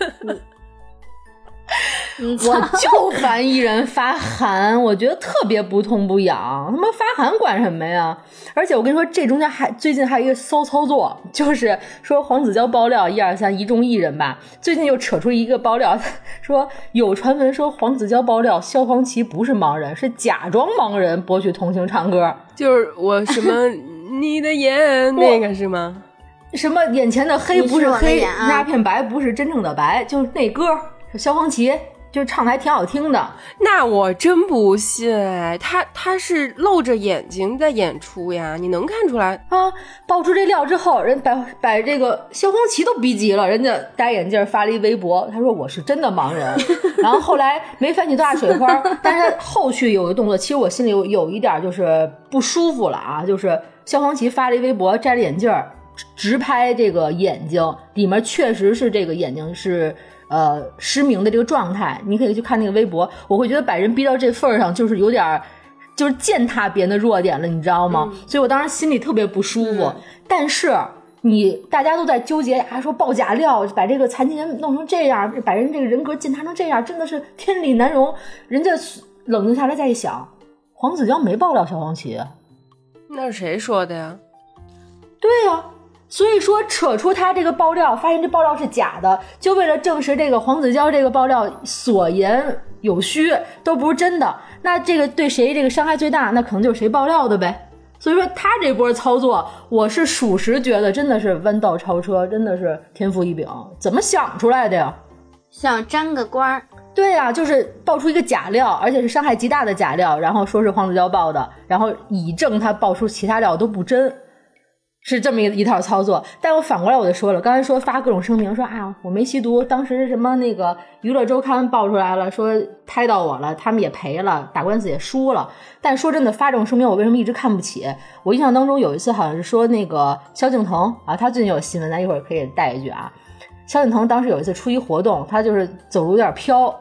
我就烦艺人发函，我觉得特别不痛不痒，他妈发函管什么呀？而且我跟你说，这中间还最近还有一个骚操作，就是说黄子佼爆料一二三一众艺人吧，最近又扯出一个爆料，说有传闻说黄子佼爆料萧煌奇不是盲人，是假装盲人博取同情唱歌， 就是我什么你的眼那个是吗？ 什么眼前的黑不是黑，啊、那片白不是真正的白，就是那歌萧煌奇就唱的还挺好听的。 那我真不信，他他是露着眼睛在演出呀，你能看出来啊？爆出这料之后，人把把这个萧煌奇都逼急了，人家戴眼镜发了一微博，他说我是真的盲人。然后后来没翻起多大水花，但是他后续有个动作，其实我心里有有一点就是不舒服了啊，就是萧煌奇发了一微博，摘了眼镜直拍这个眼睛，里面确实是这个眼睛是呃失明的这个状态，你可以去看那个微博。我会觉得把人逼到这份上，就是有点就是践踏别人的弱点了，你知道吗？嗯、所以我当时心里特别不舒服。嗯、但是你大家都在纠结啊，说爆假料，把这个残疾人弄成这样，把人这个人格践踏成这样，真的是天理难容。人家冷静下来再一想，黄子佼没爆料萧煌奇， 那是谁说的呀？ 对呀、啊。所以说扯出他这个爆料，发现这爆料是假的，就为了证实这个黄子佼这个爆料所言有虚，都不是真的。那这个对谁这个伤害最大，那可能就是谁爆料的呗。所以说他这波操作，我是属实觉得真的是弯道超车，真的是天赋异禀，怎么想出来的呀？ 想沾个光。 对呀、啊，就是爆出一个假料，而且是伤害极大的假料，然后说是黄子佼爆的，然后以证他爆出其他料都不真。是这么一一套操作。但我反过来我就说了，刚才说发各种声明说啊我没吸毒，当时什么那个娱乐周刊爆出来了，说拍到我了，他们也赔了，打官司也输了。但说真的，发这种声明我为什么一直看不起？我印象当中有一次好像是说那个萧敬腾啊，他最近有新闻，咱一会儿可以带一句啊。萧敬腾当时有一次出一活动，他就是走路有点飘，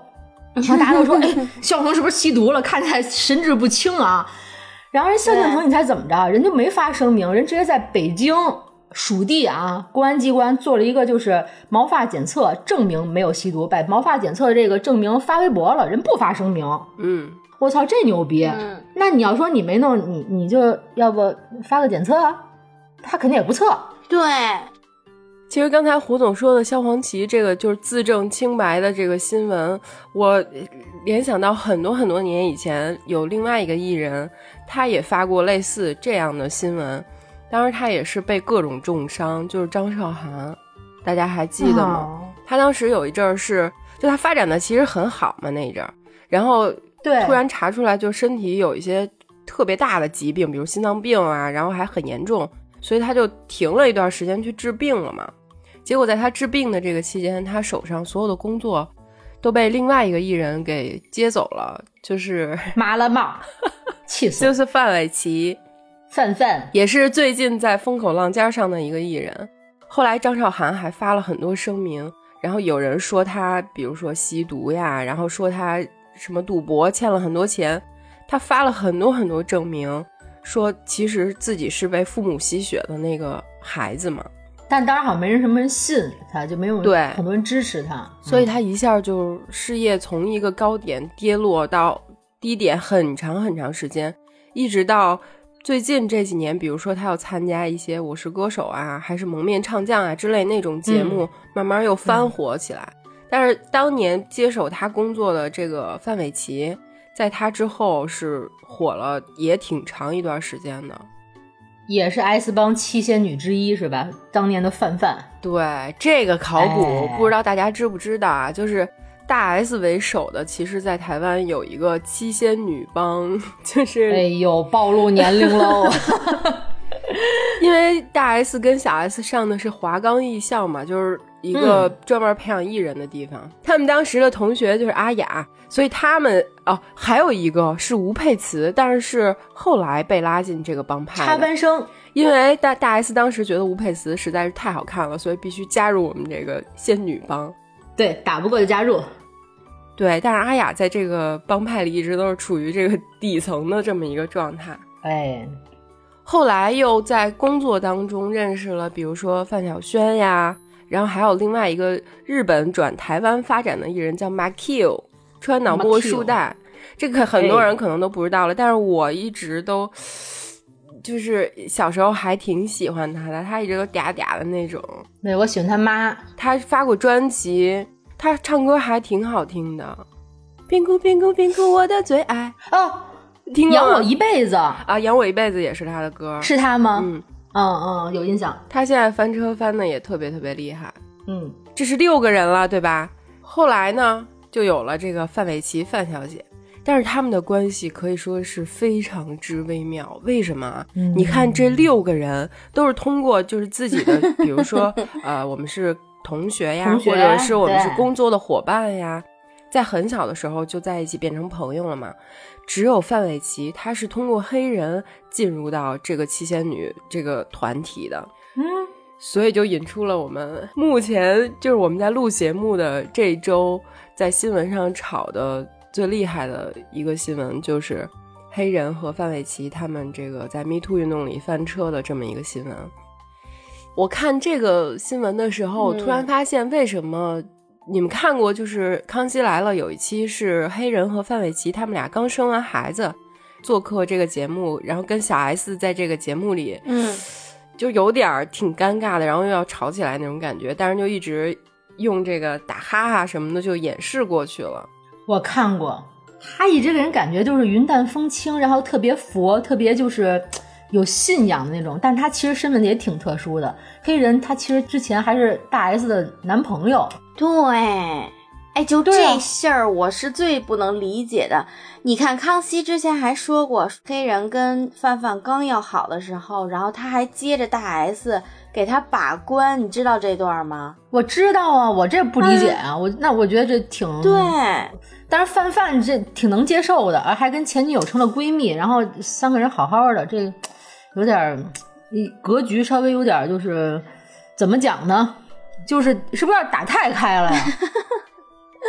然后大家都说哎，萧红是不是吸毒了，看起来神志不清啊。然后人萧敬腾你猜怎么着，人就没发声明，人直接在北京属地啊公安机关做了一个就是毛发检测，证明没有吸毒，把毛发检测的这个证明发微博了，人不发声明。 嗯， 我操，这牛逼、嗯、那你要说你没弄，你你就要不发个检测，他肯定也不测。 对， 其实刚才胡总说的萧煌奇这个就是自证清白的这个新闻，我联想到很多很多年以前有另外一个艺人，他也发过类似这样的新闻，当时他也是被各种重伤，就是张韶涵，大家还记得吗、哦、他当时有一阵儿是就他发展的其实很好嘛那一阵儿，然后对突然查出来就身体有一些特别大的疾病，比如心脏病啊，然后还很严重，所以他就停了一段时间去治病了嘛。结果在他治病的这个期间，他手上所有的工作都被另外一个艺人给接走了，就是麻了帽，气死， 就是范玮琪， 范范也是最近在风口浪尖上的一个艺人。后来张韶涵还发了很多声明，然后有人说他比如说吸毒呀，然后说他什么赌博欠了很多钱，他发了很多很多证明，说其实自己是被父母吸血的那个孩子嘛。 但当然好像没人什么人信他，就没有对很多人支持他， 所以他一下就事业从一个高点跌落到低点很长很长时间，一直到最近这几年，比如说他要参加一些我是歌手啊还是蒙面唱将啊之类那种节目、嗯、慢慢又翻火起来、嗯、但是当年接手他工作的这个范玮琪在他之后是火了也挺长一段时间的， 也是 S 帮七仙女之一是吧，当年的范范。 对，这个考古、哎、不知道大家知不知道啊，就是大 S 为首的，其实在台湾有一个七仙女帮，就是哎呦暴露年龄喽因为大 S 跟小 S 上的是华冈艺校嘛，就是一个专门培养艺人的地方、嗯、他们当时的同学就是阿雅，所以他们哦还有一个是吴佩慈，但是是后来被拉进这个帮派的插班生， 因为大大 S 当时觉得吴佩慈实在是太好看了，所以必须加入我们这个仙女帮。 对，打不过就加入。 对，但是阿雅在这个帮派里一直都是处于这个底层的这么一个状态。 哎， 后来又在工作当中认识了比如说范晓萱呀，然后还有另外一个日本转台湾发展的艺人叫 Makio， 穿脑膜束带，这个很多人可能都不知道了、哎、但是我一直都就是小时候还挺喜欢他的，他一直都嗲嗲的那种。 对，我喜欢他妈， 他发过专辑，他唱歌还挺好听的。冰库冰库冰库我的最爱哦， 听过养我一辈子啊，养我一辈子也是他的歌。 是他吗？ 嗯嗯嗯，有印象。 他现在翻车翻的也特别特别厉害。 嗯， 这是六个人了对吧？后来呢就有了这个范玮琪范小姐，但是他们的关系可以说是非常之微妙。为什么、嗯、你看这六个人都是通过就是自己的比如说呃，我们是同学呀， 同学或者是我们是工作的伙伴呀，在很小的时候就在一起变成朋友了嘛。只有范玮琪他是通过黑人进入到这个七仙女这个团体的， 嗯， 所以就引出了我们目前就是我们在录节目的这一周在新闻上炒的最厉害的一个新闻，就是黑人和范玮琪他们这个在 Me Too 运动里翻车的这么一个新闻。我看这个新闻的时候、嗯、突然发现为什么你们看过就是康熙来了有一期是黑人和范玮琪他们俩刚生完孩子做客这个节目，然后跟小 S 在这个节目里嗯， 就有点挺尴尬的，然后又要吵起来那种感觉，但是就一直用这个打哈哈什么的就掩饰过去了。 我看过，他一直给人感觉就是云淡风轻，然后特别佛，特别就是有信仰的那种，但他其实身份也挺特殊的。黑人他其实之前还是大 S 的男朋友。 对，哎，就这事儿我是最不能理解的。你看康熙之前还说过，黑人跟范范刚要好的时候，然后他还接着大 S 给他把关，你知道这段吗？ 我知道啊，我这不理解啊，嗯、我那我觉得这挺对， 但是范范这挺能接受的，而还跟前女友成了闺蜜，然后三个人好好的，这有点格局稍微有点就是怎么讲呢？就是是不是有点打太开了呀？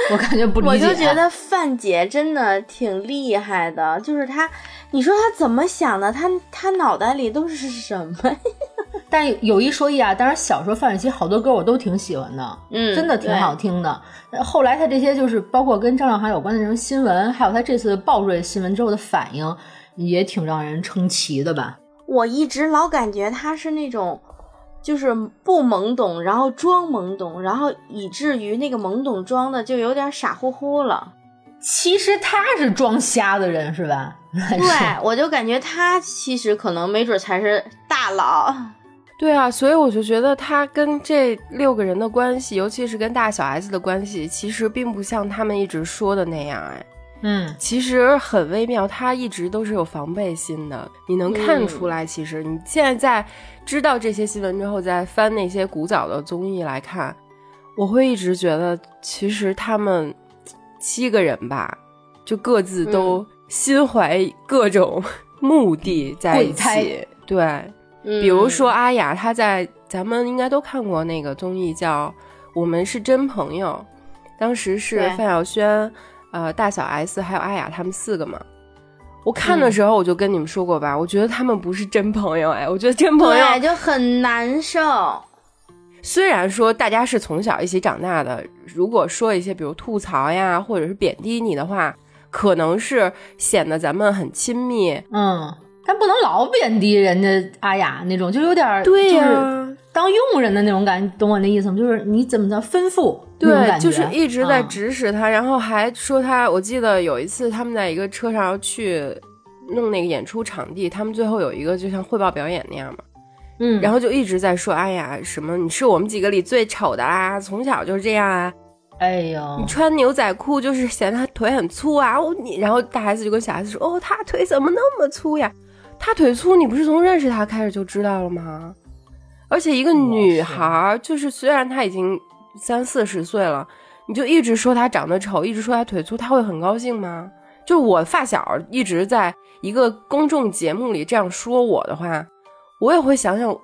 我感觉不理解。 我就觉得范姐真的挺厉害的，就是她，你说她怎么想的？她她脑袋里都是什么呀？ 但有一说一啊，当然小时候范玮琪好多歌我都挺喜欢的， 嗯， 真的挺好听的。后来他这些就是包括跟张韶涵有关的这种新闻，还有他这次爆出来新闻之后的反应，也挺让人称奇的吧。 我一直老感觉他是那种就是不懵懂，然后装懵懂，然后以至于那个懵懂装的就有点傻乎乎了。 其实他是装瞎的人是吧？ 对，我就感觉他其实可能没准才是大佬。 对啊，所以我就觉得他跟这六个人的关系，尤其是跟大小 S 的关系，其实并不像他们一直说的那样。哎， 嗯， 其实很微妙，他一直都是有防备心的，你能看出来。其实你现在在知道这些新闻之后，再翻那些古早的综艺来看，我会一直觉得，其实他们七个人吧，就各自都心怀各种目的在一起。对。 嗯、 比如说阿雅，她在咱们应该都看过那个综艺叫《我们是真朋友》，当时是范晓萱、呃大小 S 还有阿雅他们四个嘛。我看的时候我就跟你们说过吧，嗯、我觉得他们不是真朋友。哎，我觉得真朋友对就很难受。 虽然说大家是从小一起长大的，如果说一些比如吐槽呀，或者是贬低你的话，可能是显得咱们很亲密。 嗯。但不能老贬低人家阿雅那种，就有点对呀、 啊，就是当佣人的那种感觉，懂我那意思吗？就是你怎么着吩咐那种感觉， 对，就是一直在指使他、嗯，然后还说他。我记得有一次他们在一个车上要去弄那个演出场地，他们最后有一个就像汇报表演那样嘛， 嗯， 然后就一直在说，哎呀，什么你是我们几个里最丑的啦，从小就是这样啊。 哎呦， 你穿牛仔裤就是显得他腿很粗啊，哦你，然后大 S 就跟小 S 说，哦，他腿怎么那么粗呀？他腿粗，你不是从认识他开始就知道了吗？而且一个女孩，就是虽然她已经三四十岁了，你就一直说她长得丑，一直说她腿粗，她会很高兴吗？就我发小一直在一个公众节目里这样说我的话，我也会想想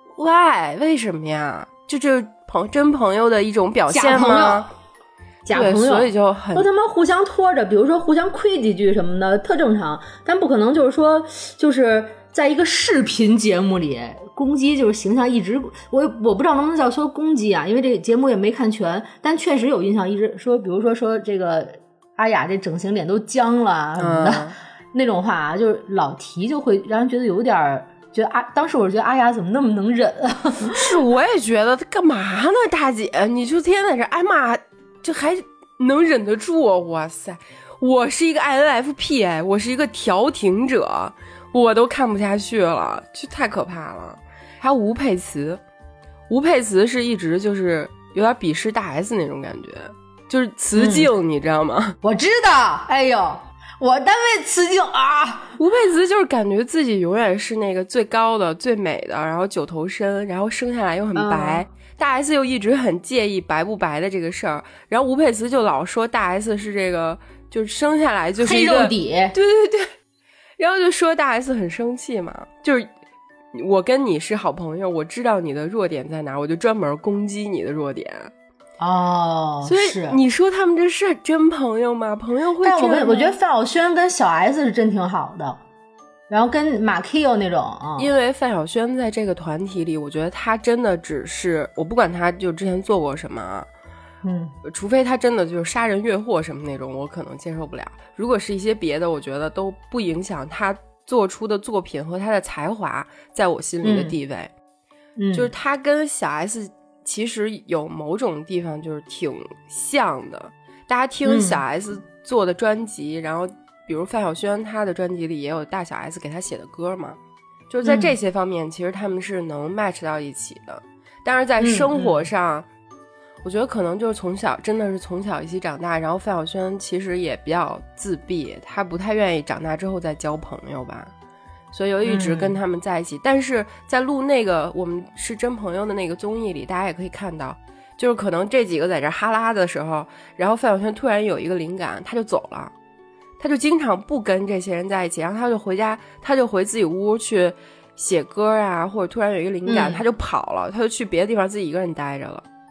，why 为什么呀？就这朋真朋友的一种表现吗？ 假朋友， 所以就很都他妈互相拖着，比如说互相亏几句什么的，特正常。但不可能就是说，就是在一个视频节目里攻击，就是形象一直，我我不知道能不能叫说攻击啊，因为这个节目也没看全，但确实有印象，一直说，比如说说这个阿雅这整形脸都僵了什么的、嗯、那种话啊，就是老提就会让人觉得有点。觉得阿当时我觉得阿雅怎么那么能忍啊？ 是，我也觉得他干嘛呢，大姐，你就天天在这挨骂。这还能忍得住、啊、哇塞，我是一个 I N F P 哎，我是一个调停者，我都看不下去了，这太可怕了。还有吴佩慈，吴佩慈是一直就是有点鄙视大 S 那种感觉，就是雌竞、嗯、你知道吗？ 我知道，哎呦，我单位雌竞啊。 吴佩慈就是感觉自己永远是那个最高的最美的，然后九头身，然后生下来又很白、嗯，大 S 又一直很介意白不白的这个事儿，然后吴佩慈就老说大 S 是这个就是生下来就是一个黑肉底， 对对对，然后就说大 S 很生气嘛，就是我跟你是好朋友，我知道你的弱点在哪，我就专门攻击你的弱点。 哦， 所以你说他们这是真朋友吗？朋友会这样吗？ 但我跟我觉得范晓萱跟小 S 是真挺好的。然后跟马 Q 那种、嗯、 因为范晓萱在这个团体里，我觉得她真的只是，我不管她就之前做过什么， 嗯， 除非她真的就是杀人越货什么那种，我可能接受不了。如果是一些别的，我觉得都不影响她做出的作品和她的才华在我心里的地位。 嗯， 就是她跟小 S 其实有某种地方就是挺像的。大家听小 S 做的专辑、嗯、然后比如范晓萱她的专辑里也有大小 S 给她写的歌嘛，就是在这些方面、嗯、其实他们是能 match 到一起的。但是在生活上、嗯嗯、我觉得可能就是从小真的是从小一起长大，然后范晓萱其实也比较自闭，她不太愿意长大之后再交朋友吧，所以就一直跟他们在一起、嗯、但是在录那个我们是真朋友的那个综艺里，大家也可以看到，就是可能这几个在这哈拉的时候，然后范晓萱突然有一个灵感，她就走了，他就经常不跟这些人在一起，然后他就回家，他就回自己屋去写歌啊，或者突然有一个灵感、嗯、他就跑了，他就去别的地方自己一个人待着了。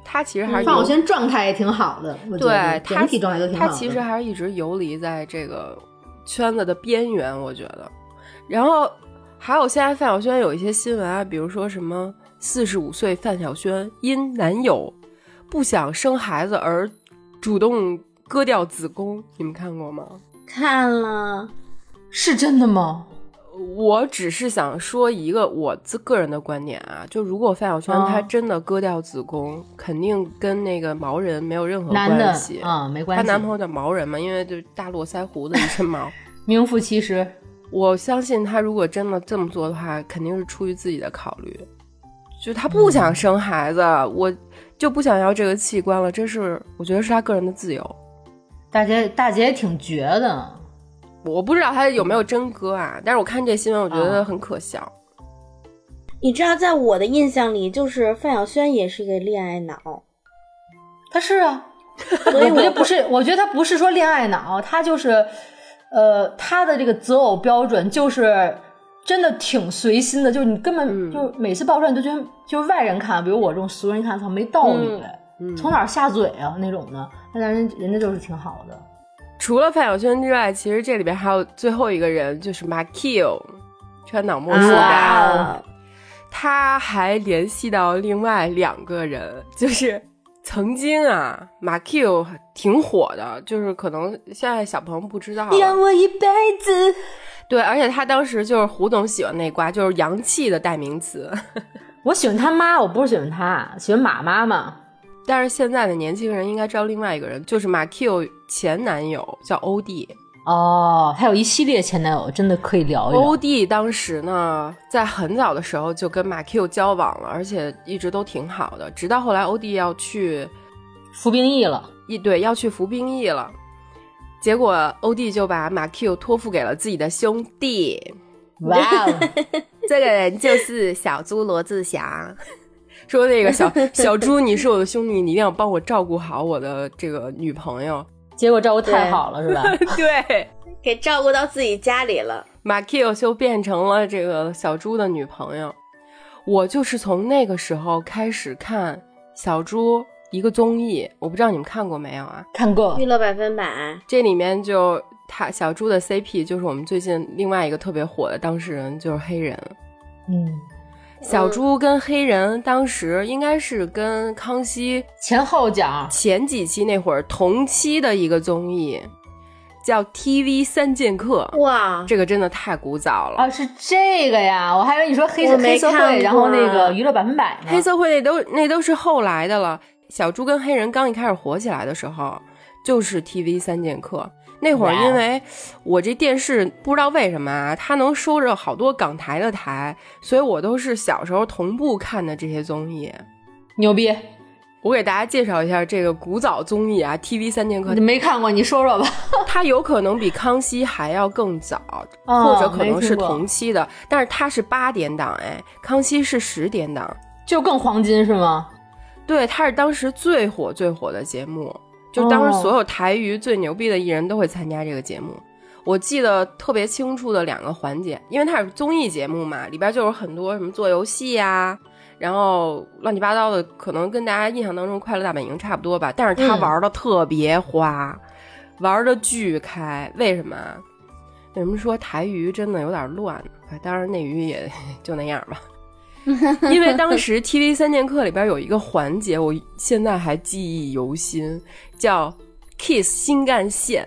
他其实还是范晓萱状态也挺好的，我觉得对整体状态都挺好的。 他其实还是一直游离在这个圈子的边缘，我觉得。然后还有现在范晓萱有一些新闻啊，比如说什么四十五岁范晓萱因男友不想生孩子而主动割掉子宫，你们看过吗？ 看了。 是真的吗？ 我只是想说一个我自个人的观点啊，就如果范晓萱她真的割掉子宫，哦、肯定跟那个毛人没有任何关系啊、嗯，没关系。 她男朋友叫毛人嘛，因为就大络腮胡子一身毛， 名副其实。 我相信她如果真的这么做的话，肯定是出于自己的考虑，就她不想生孩子，嗯、我就不想要这个器官了，这是我觉得是她个人的自由。 大姐，大姐也挺绝的。 我不知道他有没有真割啊，但是我看这新闻我觉得很可笑、哦、 你知道在我的印象里就是范晓萱也是一个恋爱脑。 他是啊，所以我觉得不是，我觉得他不是说恋爱脑，他就是呃他的这个择偶标准就是真的挺随心的，就是你根本、嗯、就每次爆出来你都觉得就是外人看，比如我这种俗人看操没道理、嗯、从哪儿下嘴啊那种的，但人人家就是挺好的。 除了范晓萱之外，其实这里边还有最后一个人，就是马 Q 川岛茉树的、啊、他还联系到另外两个人，就是曾经啊马 Q 挺火的，就是可能现在小朋友不知道了， 养我一辈子。 对，而且他当时就是胡总喜欢那瓜，就是洋气的代名词。 我喜欢他妈，我不是喜欢他，喜欢马妈妈。 但是现在的年轻人应该知道另外一个人，就是马 Q 前男友叫欧弟。 哦，还有一系列前男友，真的可以聊一聊。 欧弟当时呢，在很早的时候就跟马 Q 交往了，而且一直都挺好的，直到后来欧弟要去服兵役了， 一对要去服兵役了，结果欧弟就把马 Q 托付给了自己的兄弟。 哇哦， 这个人就是小猪罗志祥。说那个小小猪，你是我的兄弟，你一定要帮我照顾好我的这个女朋友。 结果照顾太好了，是吧？ 对， 给照顾到自己家里了。 马 Q 就变成了这个小猪的女朋友。我就是从那个时候开始看小猪一个综艺，我不知道你们看过没有啊？ 看过， 娱乐百分百。 这里面就他小猪的 C P 就是我们最近另外一个特别火的当事人，就是黑人。 嗯。 小猪跟黑人当时应该是跟康熙前后脚前几期那会儿同期的一个综艺，叫 T V 三剑客。 哇， 这个真的太古早了啊！是这个呀，我还以为你说黑色黑社会，然后那个娱乐百分百呢。 黑社会那都那都是后来的了。小猪跟黑人刚一开始火起来的时候，就是 T V 三剑客。那会儿因为我这电视不知道为什么啊，它能收着好多港台的台，所以我都是小时候同步看的这些综艺。 牛逼！ 我给大家介绍一下这个古早综艺啊 ，T V 三剑客。 你没看过，你说说吧。 它有可能比康熙还要更早，哦、或者可能是同期的，但是它是八点档，哎，康熙是十点档， 就更黄金是吗？ 对，它是当时最火最火的节目。就当时所有台娱最牛逼的艺人都会参加这个节目，我记得特别清楚的两个环节，因为它是综艺节目嘛，里边就有很多什么做游戏啊，然后乱七八糟的，可能跟大家印象当中快乐大本营差不多吧，但是他玩的特别花、嗯、玩的巨开。为什么为什么说台娱真的有点乱，当然内娱也就那样吧。因为当时 T V 三剑客里边有一个环节我现在还记忆犹新，叫 Kiss 新干线。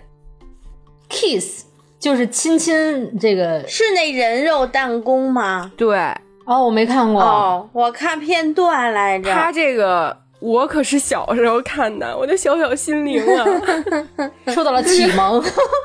Kiss 就是亲亲，这个是那人肉弹弓吗？ 对。 哦，我没看过。 哦，我看片段来着。 他这个我可是小时候看的，我的小小心灵啊受到了启蒙。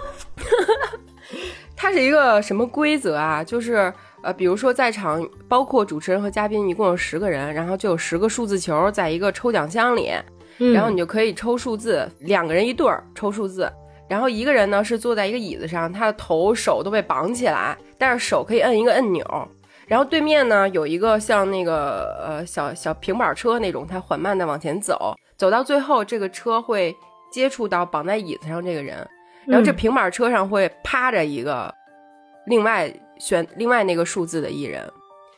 它是一个什么规则啊，就是呃，比如说在场包括主持人和嘉宾一共有十个人，然后就有十个数字球在一个抽奖箱里、嗯、然后你就可以抽数字，两个人一对儿抽数字，然后一个人呢是坐在一个椅子上，他的头手都被绑起来，但是手可以摁一个按钮，然后对面呢有一个像那个呃小小平板车那种，它缓慢的往前走，走到最后这个车会接触到绑在椅子上这个人，然后这平板车上会趴着一个另外选另外那个数字的艺人，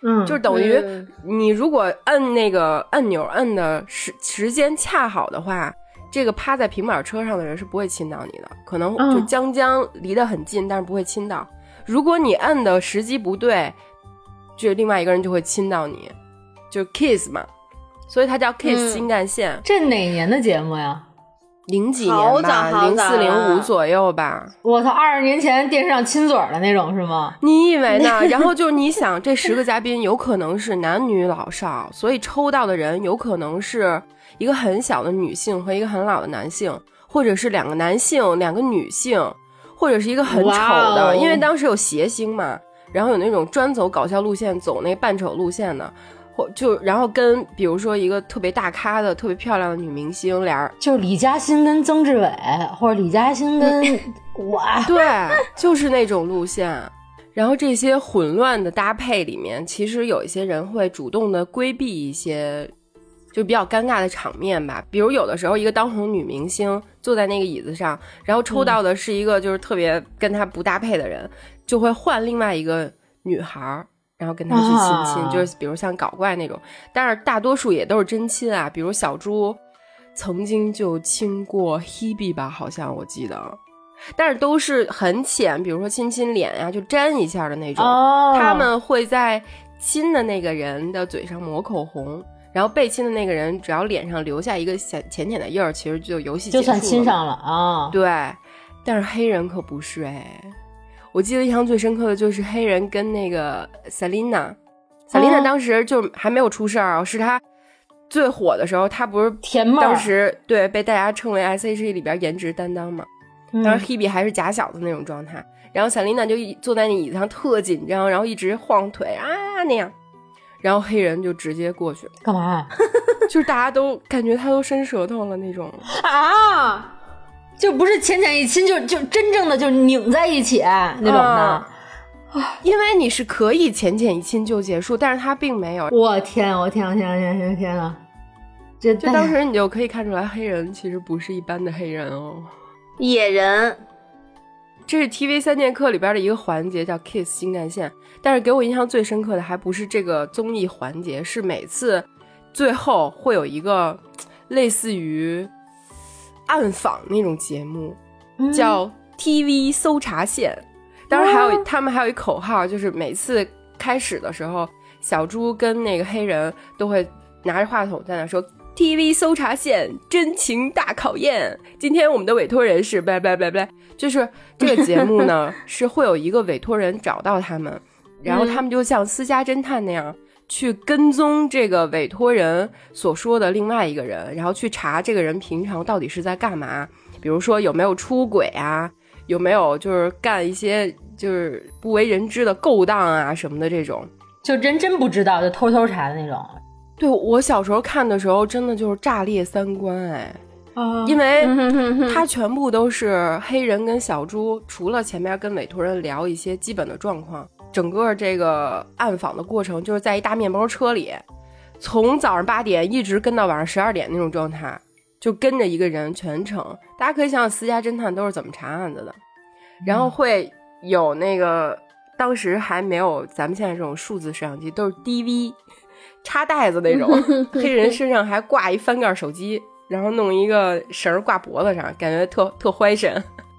嗯， 就是等于你如果摁那个按钮摁的时时间恰好的话，这个趴在平板车上的人是不会亲到你的，可能就将将离得很近，但是不会亲到。如果你摁的时机不对，就另外一个人就会亲到你，就 kiss 嘛，所以它叫 kiss 新干线。 嗯、这哪年的节目呀？ 零几年吧，零四零五左右吧。 我操，二十年前电视上亲嘴的那种是吗？ 你以为呢？然后就是你想，这十个嘉宾有可能是男女老少，所以抽到的人有可能是一个很小的女性和一个很老的男性，或者是两个男性两个女性，或者是一个很丑的， wow. 因为当时有谐星嘛，然后有那种专走搞笑路线走那个扮丑路线的，或就然后跟比如说一个特别大咖的特别漂亮的女明星，俩人就李嘉欣跟曾志伟，或者李嘉欣跟哇， 对，就是那种路线。然后这些混乱的搭配里面，其实有一些人会主动的规避一些就比较尴尬的场面吧，比如有的时候一个当红女明星坐在那个椅子上，然后抽到的是一个就是特别跟她不搭配的人，嗯、就会换另外一个女孩然后跟他去亲亲、啊、就是比如像搞怪那种，但是大多数也都是真亲啊。比如小猪曾经就亲过 Hebe 吧，好像我记得，但是都是很浅，比如说亲亲脸呀、啊，就沾一下的那种、哦、他们会在亲的那个人的嘴上抹口红，然后被亲的那个人只要脸上留下一个浅浅的印儿，其实就游戏结束了， 就算亲上了啊、哦。 对，但是黑人可不是哎。我记得印象最深刻的就是黑人跟那个 Selina， Selina 当时就还没有出事儿、哦，是她最火的时候，她不是甜妹， 当时对被大家称为 S H E 里边颜值担当嘛。当时 Hebe 还是假小子那种状态，然后 Selina 就坐在那椅子上特紧张，然后一直晃腿啊那样，然后黑人就直接过去了， 干嘛？ 就是大家都感觉他都伸舌头了那种啊。就不是浅浅一亲，就就真正的就拧在一起那种的、啊， 因为你是可以浅浅一亲就结束，但是他并没有。 我天，我天，我天，我天，天，天啊！这就当时你就可以看出来，黑人其实不是一般的黑人哦， 野人。 这是 T V 三剑客里边的一个环节，叫 Kiss 新干线。但是给我印象最深刻的还不是这个综艺环节，是每次最后会有一个类似于暗访那种节目，叫 T V 搜查线。当然还有他们还有一口号，就是每次开始的时候，小猪跟那个黑人都会拿着话筒在那说 T V 搜查线真情大考验，今天我们的委托人是拜拜拜拜，就是这个节目呢是会有一个委托人找到他们，然后他们就像私家侦探那样去跟踪这个委托人所说的另外一个人，然后去查这个人平常到底是在干嘛，比如说有没有出轨啊，有没有就是干一些就是不为人知的勾当啊什么的，这种就人真不知道就偷偷查的那种。 对，我小时候看的时候真的就是炸裂三观哎、 啊、 因为它全部都是黑人跟小猪，除了前面跟委托人聊一些基本的状况，整个这个暗访的过程就是在一大面包车里，从早上八点一直跟到晚上十二点那种状态，就跟着一个人全程。大家可以想想私家侦探都是怎么查案子的，然后会有那个当时还没有咱们现在这种数字摄像机，都是 D V 插带子那种黑人身上还挂一翻盖手机，然后弄一个绳挂脖子上，感觉特特坏神。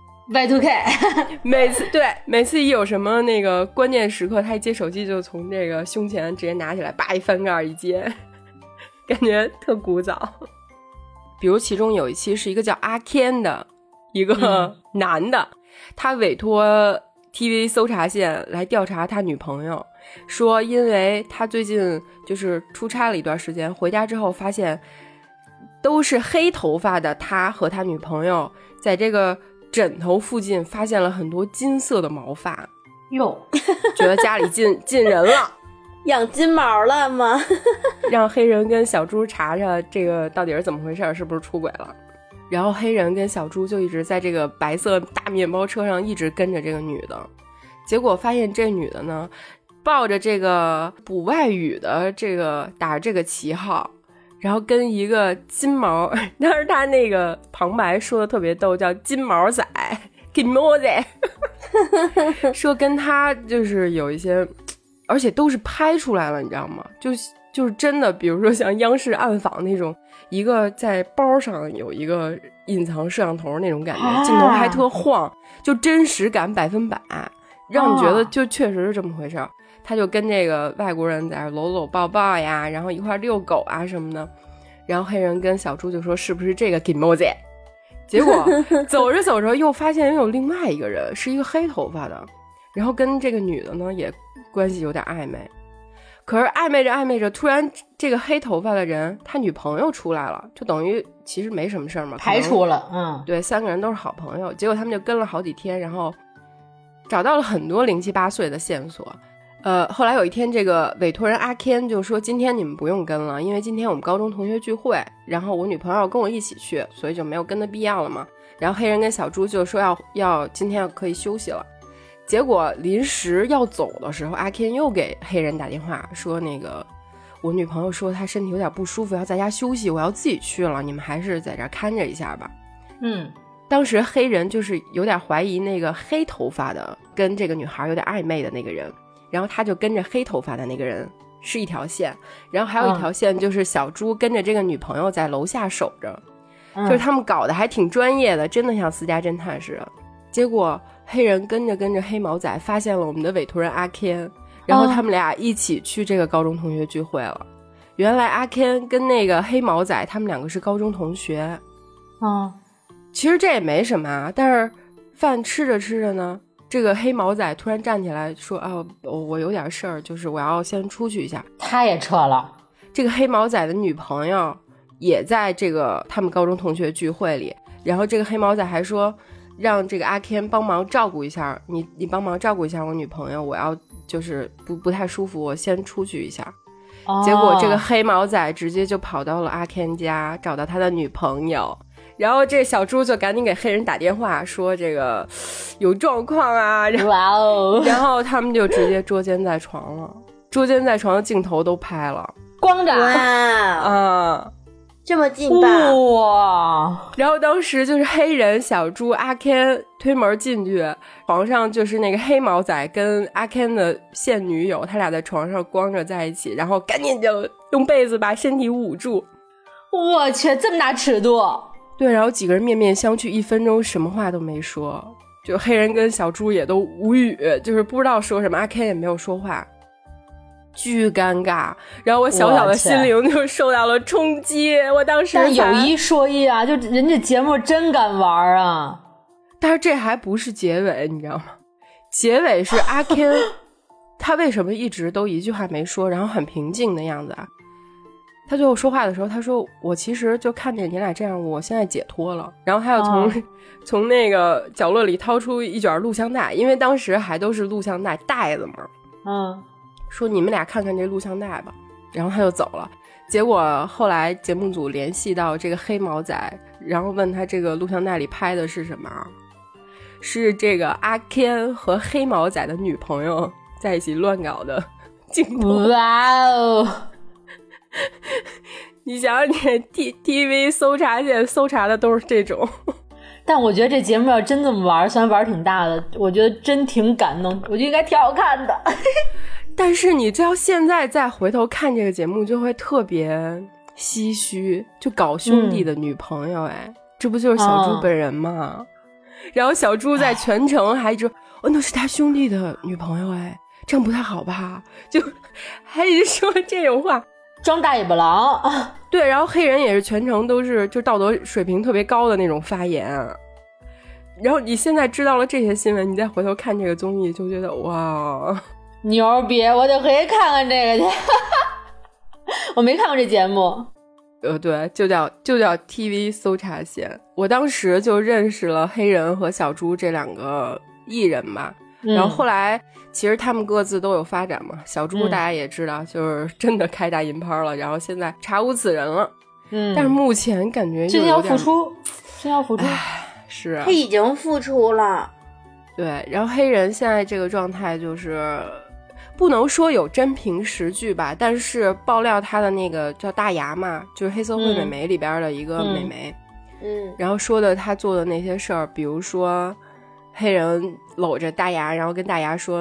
Y 二 K 每次对每次一有什么那个关键时刻，他一接手机就从这个胸前直接拿起来，叭一翻盖一接，感觉特古早。比如其中有一期是一个叫阿 Ken 的一个男的、嗯、他委托 T V 搜查线来调查他女朋友，说因为他最近就是出差了一段时间，回家之后发现都是黑头发的他和他女朋友在这个枕头附近发现了很多金色的毛发， 哟， 觉得家里进进人了， 养金毛了吗？ 让黑人跟小猪查查这个到底是怎么回事，是不是出轨了。然后黑人跟小猪就一直在这个白色大面包车上一直跟着这个女的，结果发现这女的呢抱着这个补外语的这个打着这个旗号，然后跟一个金毛，当时他那个旁白说的特别逗，叫金毛仔金毛仔说跟他就是有一些而且都是拍出来了，你知道吗？就就是真的，比如说像央视暗访那种，一个在包上有一个隐藏摄像头那种感觉，啊、镜头还特晃，就真实感百分百，让你觉得就确实是这么回事儿。啊、他就跟这个外国人在这搂搂抱抱呀，然后一块遛狗啊什么的。然后黑人跟小猪就说是不是这个 Gimoze？ 结果走着走着又发现又有另外一个人，是一个黑头发的，然后跟这个女的呢也关系有点暧昧。可是暧昧着暧昧着，突然这个黑头发的人他女朋友出来了，就等于其实没什么事儿嘛， 排除了。嗯， 对，三个人都是好朋友。结果他们就跟了好几天，然后找到了很多零七八碎的线索。呃，后来有一天，这个委托人阿 Ken 就说：“今天你们不用跟了，因为今天我们高中同学聚会，然后我女朋友要跟我一起去，所以就没有跟的必要了嘛。”然后黑人跟小猪就说要要今天要可以休息了。结果临时要走的时候，阿 Ken 又给黑人打电话说：“那个我女朋友说她身体有点不舒服，要在家休息，我要自己去了，你们还是在这儿看着一下吧。” 嗯， 当时黑人就是有点怀疑那个黑头发的跟这个女孩有点暧昧的那个人。然后他就跟着黑头发的那个人是一条线，然后还有一条线就是小猪跟着这个女朋友在楼下守着、嗯、就是他们搞得还挺专业的，真的像私家侦探似的。结果黑人跟着跟着黑毛仔发现了我们的委托人阿 Ken， 然后他们俩一起去这个高中同学聚会了、哦、原来阿 Ken 跟那个黑毛仔他们两个是高中同学。 嗯， 其实这也没什么啊，但是饭吃着吃着呢，这个黑毛仔突然站起来说啊，我有点事儿，就是我要先出去一下。 他也撤了。 这个黑毛仔的女朋友也在这个他们高中同学聚会里，然后这个黑毛仔还说让这个阿 Ken 帮忙照顾一下你，你帮忙照顾一下我女朋友，我要就是不不太舒服，我先出去一下。哦、结果这个黑毛仔直接就跑到了阿 Ken 家，找到他的女朋友。然后这小猪就赶紧给黑人打电话说这个有状况啊，然后、 wow. 然后他们就直接捉奸在床了，捉奸在床的镜头都拍了， 光着啊，这么劲吧？ 哇！ 然后当时就是黑人、小猪、阿 Ken 推门进去，床上就是那个黑毛仔跟阿 Ken 的现女友，他俩在床上光着在一起，然后赶紧就用被子把身体捂住。 我去，这么大尺度！ 对，然后几个人面面相觑，一分钟什么话都没说，就黑人跟小猪也都无语，就是不知道说什么，阿 Ken 也没有说话，巨尴尬。然后我小小的心灵就受到了冲击，我当时但有一说一啊，就人家节目真敢玩啊！ 但是这还不是结尾，你知道吗？结尾是阿 Ken 他为什么一直都一句话没说，然后很平静的样子啊？他最后说话的时候他说我其实就看见你俩这样我现在解脱了，然后他又从、哦、从那个角落里掏出一卷录像带，因为当时还都是录像带带子嘛， 嗯， 说你们俩看看这录像带吧，然后他就走了。结果后来节目组联系到这个黑毛仔，然后问他这个录像带里拍的是什么，是这个阿 Ken 和黑毛仔的女朋友在一起乱搞的镜头。 哇哦！ 你想想你 T TV 搜查线搜查的都是这种。 但我觉得这节目要真这么玩，虽然玩挺大的，我觉得真挺感动，我觉得应该挺好看的。 但是你只要现在再回头看这个节目就会特别唏嘘，就搞兄弟的女朋友，哎、嗯，这不就是小猪本人吗、嗯、然后小猪在全程还一直哦，那是他兄弟的女朋友，哎，这样不太好吧，就还一直说这种话， 装大尾巴狼。 对，然后黑人也是全程都是就道德水平特别高的那种发言。然后你现在知道了这些新闻，你再回头看这个综艺就觉得哇牛逼，我得回去看看这个去。我没看过这节目。 呃，对，就叫就叫 T V 搜查线。我当时就认识了黑人和小猪这两个艺人吧。然后后来其实他们各自都有发展嘛，小猪大家也知道、嗯、就是真的开大银牌了，然后现在查无此人了。嗯，但是目前感觉真要复出，真要复出， 是啊， 他已经复出了。 对，然后黑人现在这个状态就是不能说有真凭实据吧，但是爆料他的那个叫大牙嘛，就是黑社会美眉里边的一个美眉， 嗯， 然后说的他做的那些事儿，比如说黑人搂着大牙，然后跟大牙说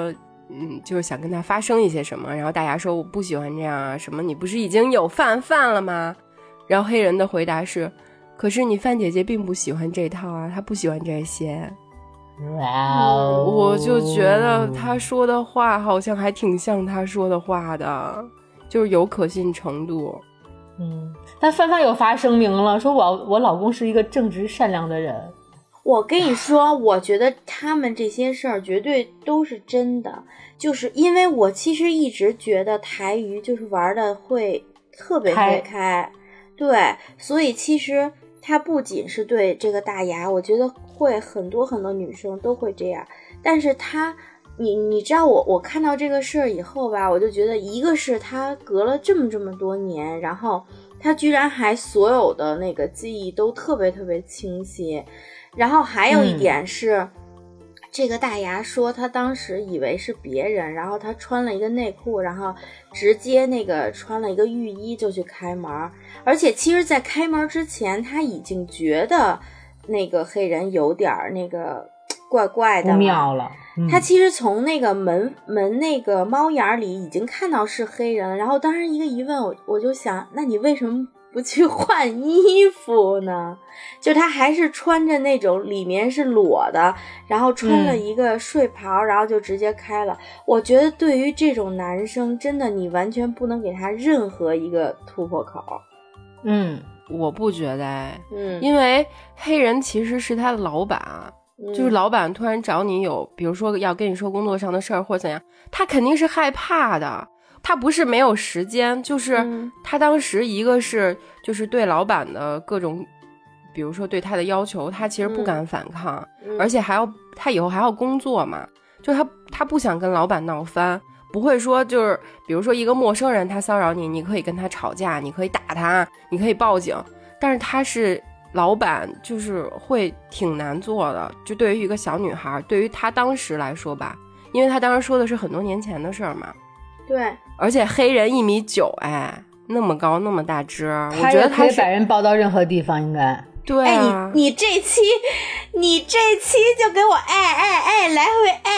嗯，就是想跟他发生一些什么，然后大牙说我不喜欢这样啊，什么你不是已经有范范了吗？然后黑人的回答是，可是你范姐姐并不喜欢这套啊，她不喜欢这些。 哇哦， 我就觉得他说的话好像还挺像他说的话的，就是有可信程度。 嗯，但范范有发声明了，说我我老公是一个正直善良的人。 我跟你说，我觉得他们这些事儿绝对都是真的，就是因为我其实一直觉得台娱就是玩的会特别会开，对，所以其实他不仅是对这个大牙，我觉得会很多很多女生都会这样，但是他，你你知道我我看到这个事儿以后吧，我就觉得一个是他隔了这么这么多年，然后他居然还所有的那个记忆都特别特别清晰。然后还有一点是、嗯、这个大牙说他当时以为是别人，然后他穿了一个内裤，然后直接那个穿了一个浴衣就去开门，而且其实在开门之前他已经觉得那个黑人有点那个怪怪的不妙了、 嗯、他其实从那个门门那个猫眼里已经看到是黑人了，然后当时一个疑问，我我就想，那你为什么不去换衣服呢？就他还是穿着那种里面是裸的，然后穿了一个睡袍、嗯、然后就直接开了。我觉得对于这种男生真的你完全不能给他任何一个突破口。 嗯，我不觉得嗯，因为黑人其实是他的老板、嗯、就是老板突然找你有比如说要跟你说工作上的事儿或怎样，他肯定是害怕的，他不是没有时间，就是他当时一个是就是对老板的各种比如说对他的要求他其实不敢反抗、嗯、而且还要他以后还要工作嘛，就他他不想跟老板闹翻，不会说就是比如说一个陌生人他骚扰你，你可以跟他吵架，你可以打他，你可以报警，但是他是老板，就是会挺难做的，就对于一个小女孩，对于他当时来说吧，因为他当时说的是很多年前的事儿嘛。 对， 而且黑人一米九，哎，那么高那么大只，我觉得他可以把人抱到任何地方，应该。 对啊， 哎，你你这期，你这期就给我爱爱爱来回爱，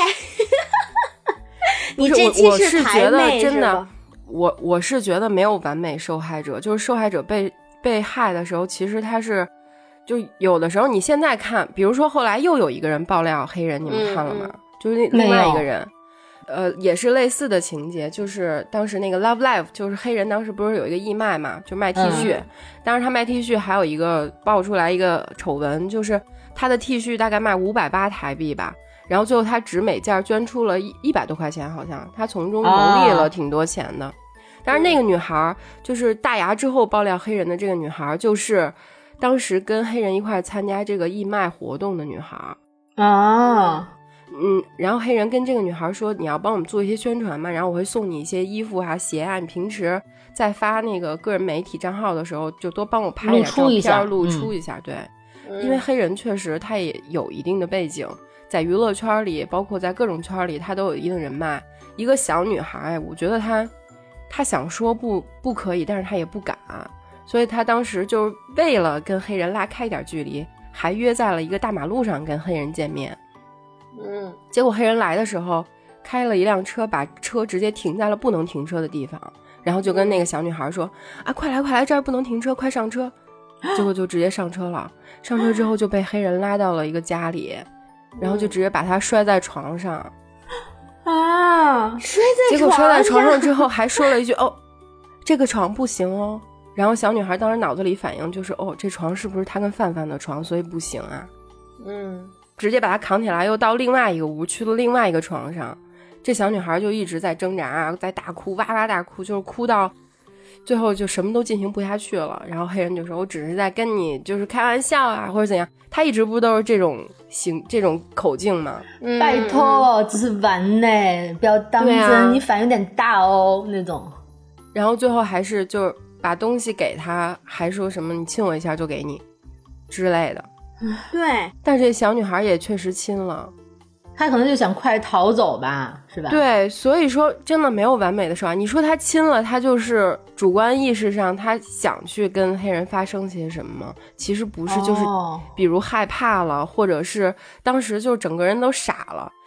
你这期是台妹真的， 是我我是觉得没有完美受害者，就是受害者被被害的时候，其实他是，就有的时候你现在看，比如说后来又有一个人爆料黑人，你们看了吗？嗯、就是另外一个人。呃，也是类似的情节，就是当时那个 Love Life， 就是黑人当时不是有一个义卖嘛，就卖 T 恤、嗯、当时他卖 T 恤还有一个爆出来一个丑闻，就是他的 T 恤大概卖五百八台币吧，然后最后他只每件捐出了一百多块钱，好像他从中牟利了挺多钱的、啊、但是那个女孩就是大牙之后爆料黑人的这个女孩，就是当时跟黑人一块参加这个义卖活动的女孩啊。 嗯，然后黑人跟这个女孩说，你要帮我们做一些宣传嘛，然后我会送你一些衣服啊鞋啊，你平时在发那个个人媒体账号的时候就多帮我拍点照片露出一下、嗯、对、嗯、因为黑人确实他也有一定的背景，在娱乐圈里包括在各种圈里他都有一定人脉，一个小女孩我觉得她她想说不不可以，但是她也不敢，所以她当时就为了跟黑人拉开一点距离，还约在了一个大马路上跟黑人见面。 嗯， 结果黑人来的时候开了一辆车，把车直接停在了不能停车的地方，然后就跟那个小女孩说、嗯、啊快来快来，这儿不能停车，快上车。结果就直接上车了，上车之后就被黑人拉到了一个家里，然后就直接把她摔在床上啊，摔在结果摔在床上之后还说了一句哦这个床不行哦，然后小女孩当时脑子里反应就是哦这床是不是她跟范范的床，所以不行啊。 嗯， 直接把她扛起来又到另外一个屋去了另外一个床上，这小女孩就一直在挣扎，在大哭，哇哇大哭，就是哭到最后就什么都进行不下去了。然后黑人就说我只是在跟你就是开玩笑啊或者怎样，他一直不都是这种行这种口径吗、 嗯、拜托只是玩呢，不要当真、啊、你反应有点大哦那种。 然后最后还是就是把东西给他，还说什么你亲我一下就给你之类的。 对， 但是这小女孩也确实亲了， 她可能就想快逃走吧，是吧？ 对，所以说真的没有完美的手法。你说她亲了，她就是主观意识上她想去跟黑人发生些什么吗？其实不是，就是比如害怕了，或者是当时就整个人都傻了。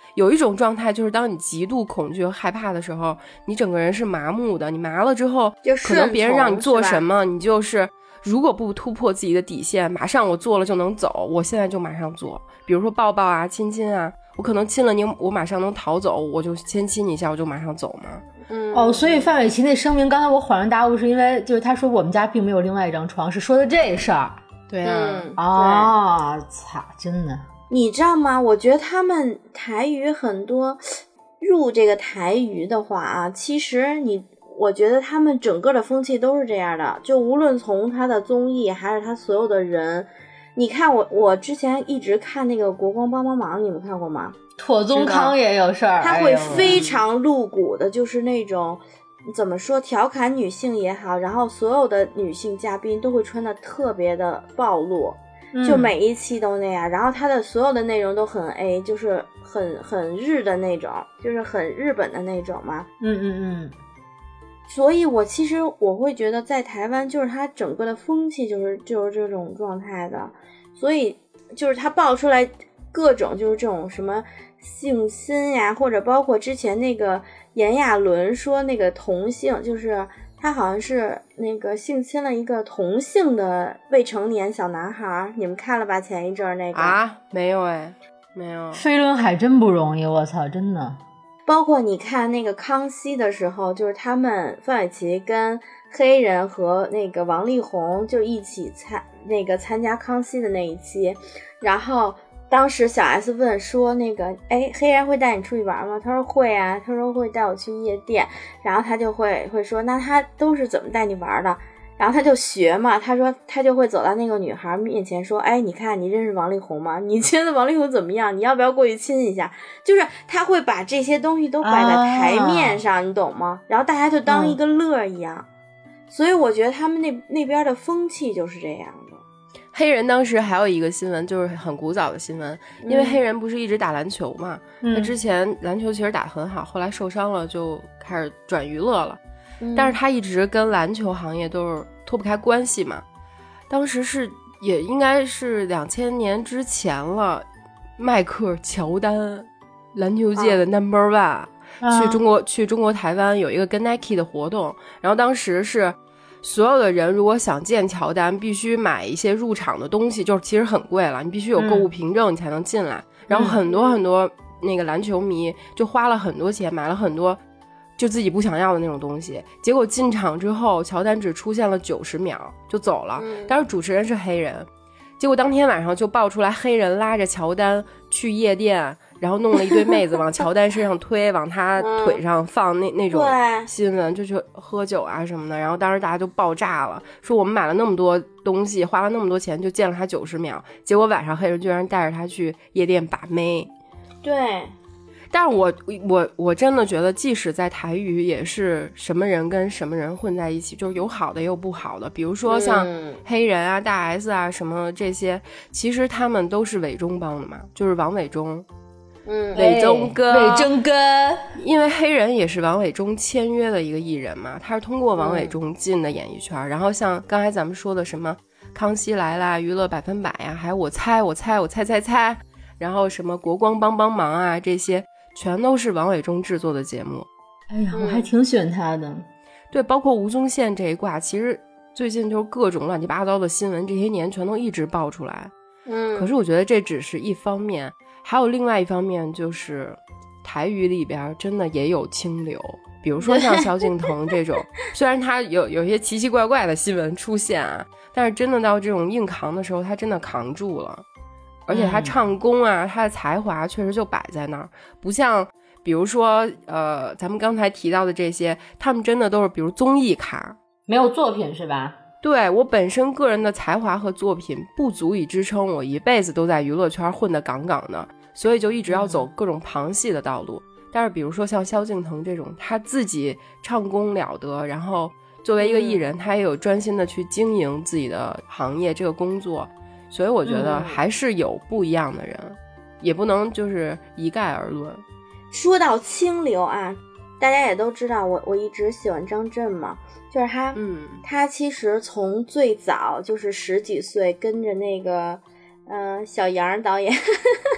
有一种状态就是当你极度恐惧和害怕的时候，你整个人是麻木的，你麻了之后可能别人让你做什么你就是如果不突破自己的底线，马上我做了就能走，我现在就马上做。比如说抱抱啊亲亲啊，我可能亲了你我马上能逃走，我就先亲你一下我就马上走嘛。 嗯，哦，所以范玮琪那声明刚才我恍然大悟是因为就是他说我们家并没有另外一张床，是说的这事儿。 对啊， 嗯、哦操，真的你知道吗？我觉得他们台语很多入这个台语的话啊，其实你我觉得他们整个的风气都是这样的，就无论从他的综艺还是他所有的人，你看我我之前一直看那个国光帮帮忙，你们看过吗？ 妥宗康也有事儿， 他会非常露骨的，就是那种怎么说调侃女性也好，然后所有的女性嘉宾都会穿的特别的暴露，就每一期都那样，然后他的所有的内容都很 A， 就是很很日的那种，就是很日本的那种嘛。 嗯嗯嗯。 所以我其实我会觉得在台湾就是他整个的风气就是就是这种状态的，所以就是他爆出来各种就是这种什么性侵呀，或者包括之前那个炎亚纶说那个同性，就是他好像是那个性侵了一个同性的未成年小男孩，你们看了吧？前一阵儿那个啊，没有哎，没有。 飞轮海真不容易，我操，真的。 包括你看那个康熙的时候，就是他们范玮琪跟黑人和那个王力宏就一起参那个参加康熙的那一期，然后当时小 S 问说那个哎，黑人会带你出去玩吗？他说会啊，他说会带我去夜店，然后他就会会说那他都是怎么带你玩的？然后他就学嘛，他说他就会走到那个女孩面前说，哎，你看你认识王力宏吗？你觉得王力宏怎么样？你要不要过去亲一下？就是他会把这些东西都摆在台面上、啊、你懂吗？然后大家就当一个乐一样、嗯、所以我觉得他们那那边的风气就是这样的。 黑人当时还有一个新闻，就是很古早的新闻，因为黑人不是一直打篮球嘛， 嗯、 他之前篮球其实打得很好，后来受伤了就开始转娱乐了，但是他一直跟篮球行业都是脱不开关系嘛。当时是也应该是两千年之前了，迈克乔丹篮球界的 number one、啊、去中国去中国台湾有一个跟 Nike 的活动，然后当时是所有的人如果想见乔丹必须买一些入场的东西，就是其实很贵了，你必须有购物凭证你才能进来、嗯、然后很多很多那个篮球迷就花了很多钱买了很多就自己不想要的那种东西，结果进场之后乔丹只出现了九十秒就走了，但是主持人是黑人，结果当天晚上就爆出来黑人拉着乔丹去夜店，然后弄了一堆妹子往乔丹身上推往他腿上放那那种新闻，就去喝酒啊什么的，然后当时大家就爆炸了，说我们买了那么多东西花了那么多钱就见了他九十秒，结果晚上黑人居然带着他去夜店把妹。 对， 但是我我我真的觉得即使在台语也是什么人跟什么人混在一起，就是有好的也有不好的，比如说像黑人啊、嗯、大 S 啊什么这些，其实他们都是伟忠帮的嘛，就是王伟忠， 嗯， 伟忠哥， 伟忠哥， 因为黑人也是王伟忠签约的一个艺人嘛，他是通过王伟忠进的演艺圈、嗯、然后像刚才咱们说的什么康熙来啦、娱乐百分百呀、啊，还有我猜我猜我猜猜猜，然后什么国光帮帮忙啊，这些全都是王伟忠制作的节目。 哎呀，我还挺喜欢他的、嗯、 对，包括吴宗宪这一挂，其实最近就是各种乱七八糟的新闻这些年全都一直爆出来。 嗯， 可是我觉得这只是一方面，还有另外一方面就是台语里边真的也有清流，比如说像萧敬腾这种虽然他有有些奇奇怪怪的新闻出现啊，但是真的到这种硬扛的时候他真的扛住了，而且他唱功啊、嗯、他的才华确实就摆在那儿，不像比如说呃咱们刚才提到的这些，他们真的都是比如综艺咖， 没有作品是吧？ 对，我本身个人的才华和作品不足以支撑我一辈子都在娱乐圈混得杠杠的，所以就一直要走各种旁系的道路、嗯、但是比如说像萧敬腾这种，他自己唱功了得，然后作为一个艺人、嗯、他也有专心的去经营自己的行业这个工作，所以我觉得还是有不一样的人、嗯、也不能就是一概而论。 说到清流啊，大家也都知道我我一直喜欢张震嘛，就是他嗯，他其实从最早就是十几岁跟着那个嗯、呃、小杨导演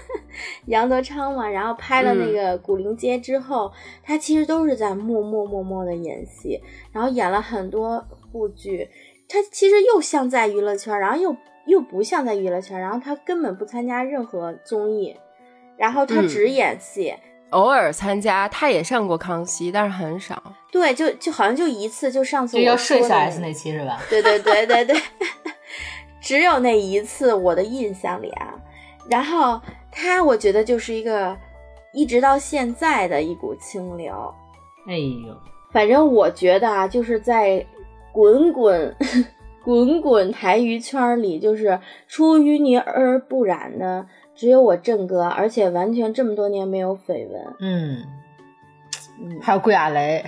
杨德昌嘛，然后拍了那个古灵街之后、嗯、他其实都是在默默默默的演戏，然后演了很多部剧，他其实又像在娱乐圈，然后又又不像在娱乐圈，然后他根本不参加任何综艺，然后他只演戏、嗯、 偶尔参加，他也上过康熙，但是很少。 对，就就好像就一次，就上次我就要睡小 S 那期是吧？ 对对对对对只有那一次我的印象里啊，然后他我觉得就是一个一直到现在的一股清流。 哎呦， 反正我觉得啊，就是在滚滚滚滚台娱圈里，就是出淤泥而不染的只有我郑哥，而且完全这么多年没有绯闻。 嗯嗯，还有桂亚雷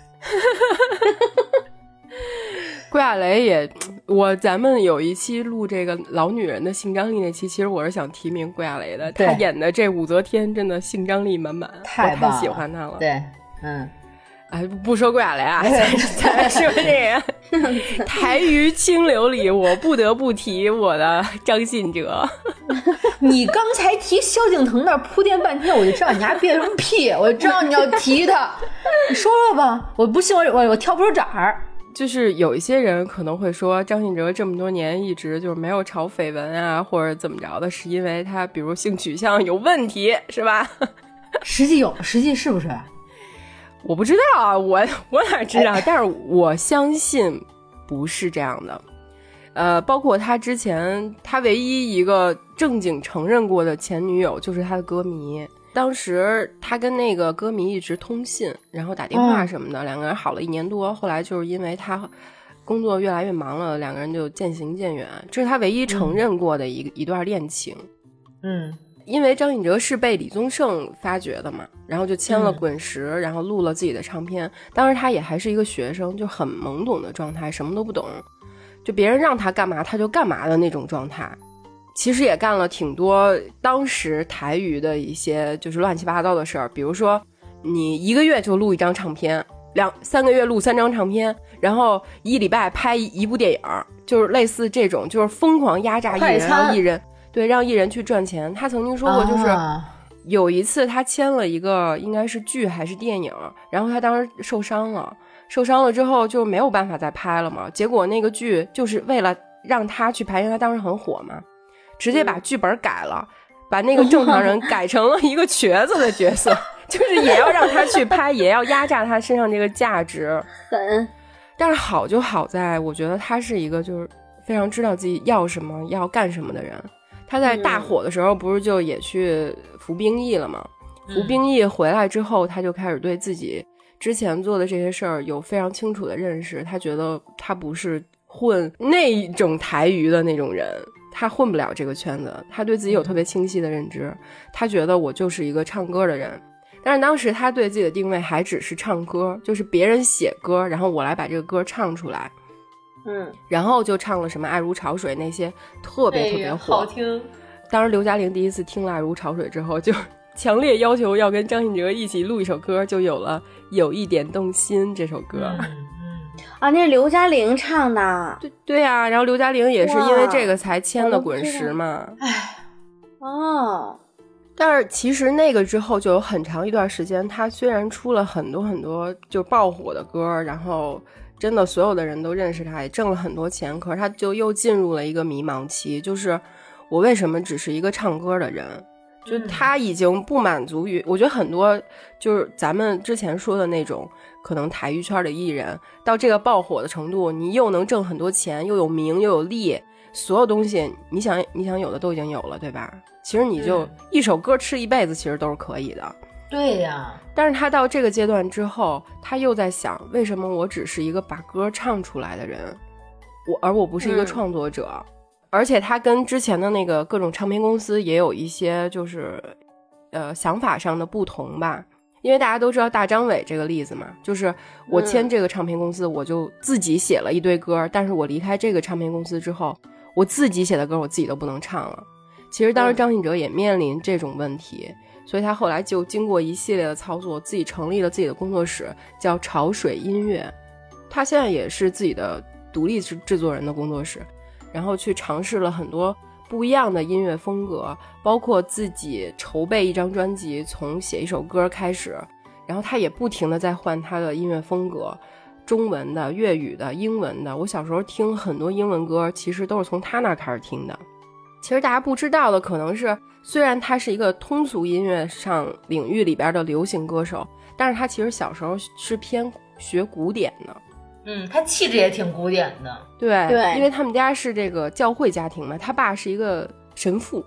桂亚雷也，我咱们有一期录这个老女人的性张力那期，其实我是想提名桂亚雷的，她演的这武则天真的性张力满满， 太棒了， 我太喜欢她了。 对，嗯， 哎，不说桂亚雷啊，咱说这个台娱清流里，我不得不提我的张信哲。 你刚才提萧敬腾那铺垫半天，我就知道你还憋什么屁，我就知道你要提他，你说说吧，我不信我我我挑不出掌儿。 就是有一些人可能会说张信哲这么多年一直就是没有炒绯闻啊或者怎么着的，是因为他比如性取向有问题是吧？ 实际有，实际是不是？ 我不知道啊，我我哪知道？但是我相信不是这样的。呃，包括他之前，他唯一一个正经承认过的前女友就是他的歌迷。当时他跟那个歌迷一直通信，然后打电话什么的、嗯、两个人好了一年多，后来就是因为他工作越来越忙了，两个人就渐行渐远，这是他唯一承认过的一个、嗯、一段恋情。 嗯， 因为张信哲是被李宗盛发掘的嘛，然后就签了滚石、嗯、然后录了自己的唱片。当时他也还是一个学生，就很懵懂的状态，什么都不懂，就别人让他干嘛他就干嘛的那种状态。其实也干了挺多当时台语的一些就是乱七八糟的事儿，比如说你一个月就录一张唱片，两三个月录三张唱片，然后一礼拜拍一部电影，就是类似这种，就是疯狂压榨艺人，让艺人对让艺人去赚钱。他曾经说过，就是有一次他签了一个应该是剧还是电影，然后他当时受伤了，受伤了之后就没有办法再拍了嘛，结果那个剧就是为了让他去拍，因为他当时很火嘛，直接把剧本改了、嗯、把那个正常人改成了一个瘸子的角色就是也要让他去拍，也要压榨他身上这个价值。 狠。 但是好就好在我觉得他是一个就是非常知道自己要什么要干什么的人。他在大火的时候不是就也去服兵役了吗、嗯、服兵役回来之后他就开始对自己之前做的这些事儿有非常清楚的认识，他觉得他不是混那种台娱的那种人，他混不了这个圈子，他对自己有特别清晰的认知，他觉得我就是一个唱歌的人。但是当时他对自己的定位还只是唱歌，就是别人写歌然后我来把这个歌唱出来。 嗯， 然后就唱了什么爱如潮水那些特别特别火、 哎、好听。 当时刘嘉玲第一次听了爱如潮水之后就强烈要求要跟张信哲一起录一首歌，就有了有一点动心这首歌。 嗯啊，那是刘嘉玲唱的。 对对啊，然后刘嘉玲也是因为这个才签的滚石嘛。 哎， 哦， 但是其实那个之后就有很长一段时间，他虽然出了很多很多就爆火的歌，然后真的所有的人都认识他，也挣了很多钱，可是他就又进入了一个迷茫期，就是我为什么只是一个唱歌的人？就他已经不满足于，我觉得很多就是咱们之前说的那种可能台娱圈的艺人到这个爆火的程度，你又能挣很多钱，又有名又有利，所有东西你想你想有的都已经有了，对吧？其实你就一首歌吃一辈子其实都是可以的。 对呀， 但是他到这个阶段之后，他又在想，为什么我只是一个把歌唱出来的人，我而我不是一个创作者、嗯、而且他跟之前的那个各种唱片公司也有一些就是呃想法上的不同吧。因为大家都知道大张伟这个例子嘛，就是我签这个唱片公司、嗯、我就自己写了一堆歌，但是我离开这个唱片公司之后，我自己写的歌我自己都不能唱了。其实当时张信哲也面临这种问题、嗯，所以他后来就经过一系列的操作，自己成立了自己的工作室，叫潮水音乐。他现在也是自己的独立制作人的工作室，然后去尝试了很多不一样的音乐风格，包括自己筹备一张专辑，从写一首歌开始，然后他也不停的在换他的音乐风格，中文的、粤语的、英文的。我小时候听很多英文歌，其实都是从他那儿开始听的。其实大家不知道的可能是，虽然他是一个通俗音乐上领域里边的流行歌手，但是他其实小时候是偏学古典的。 嗯，他气质也挺古典的。 对对， 因为他们家是这个教会家庭嘛，他爸是一个神父，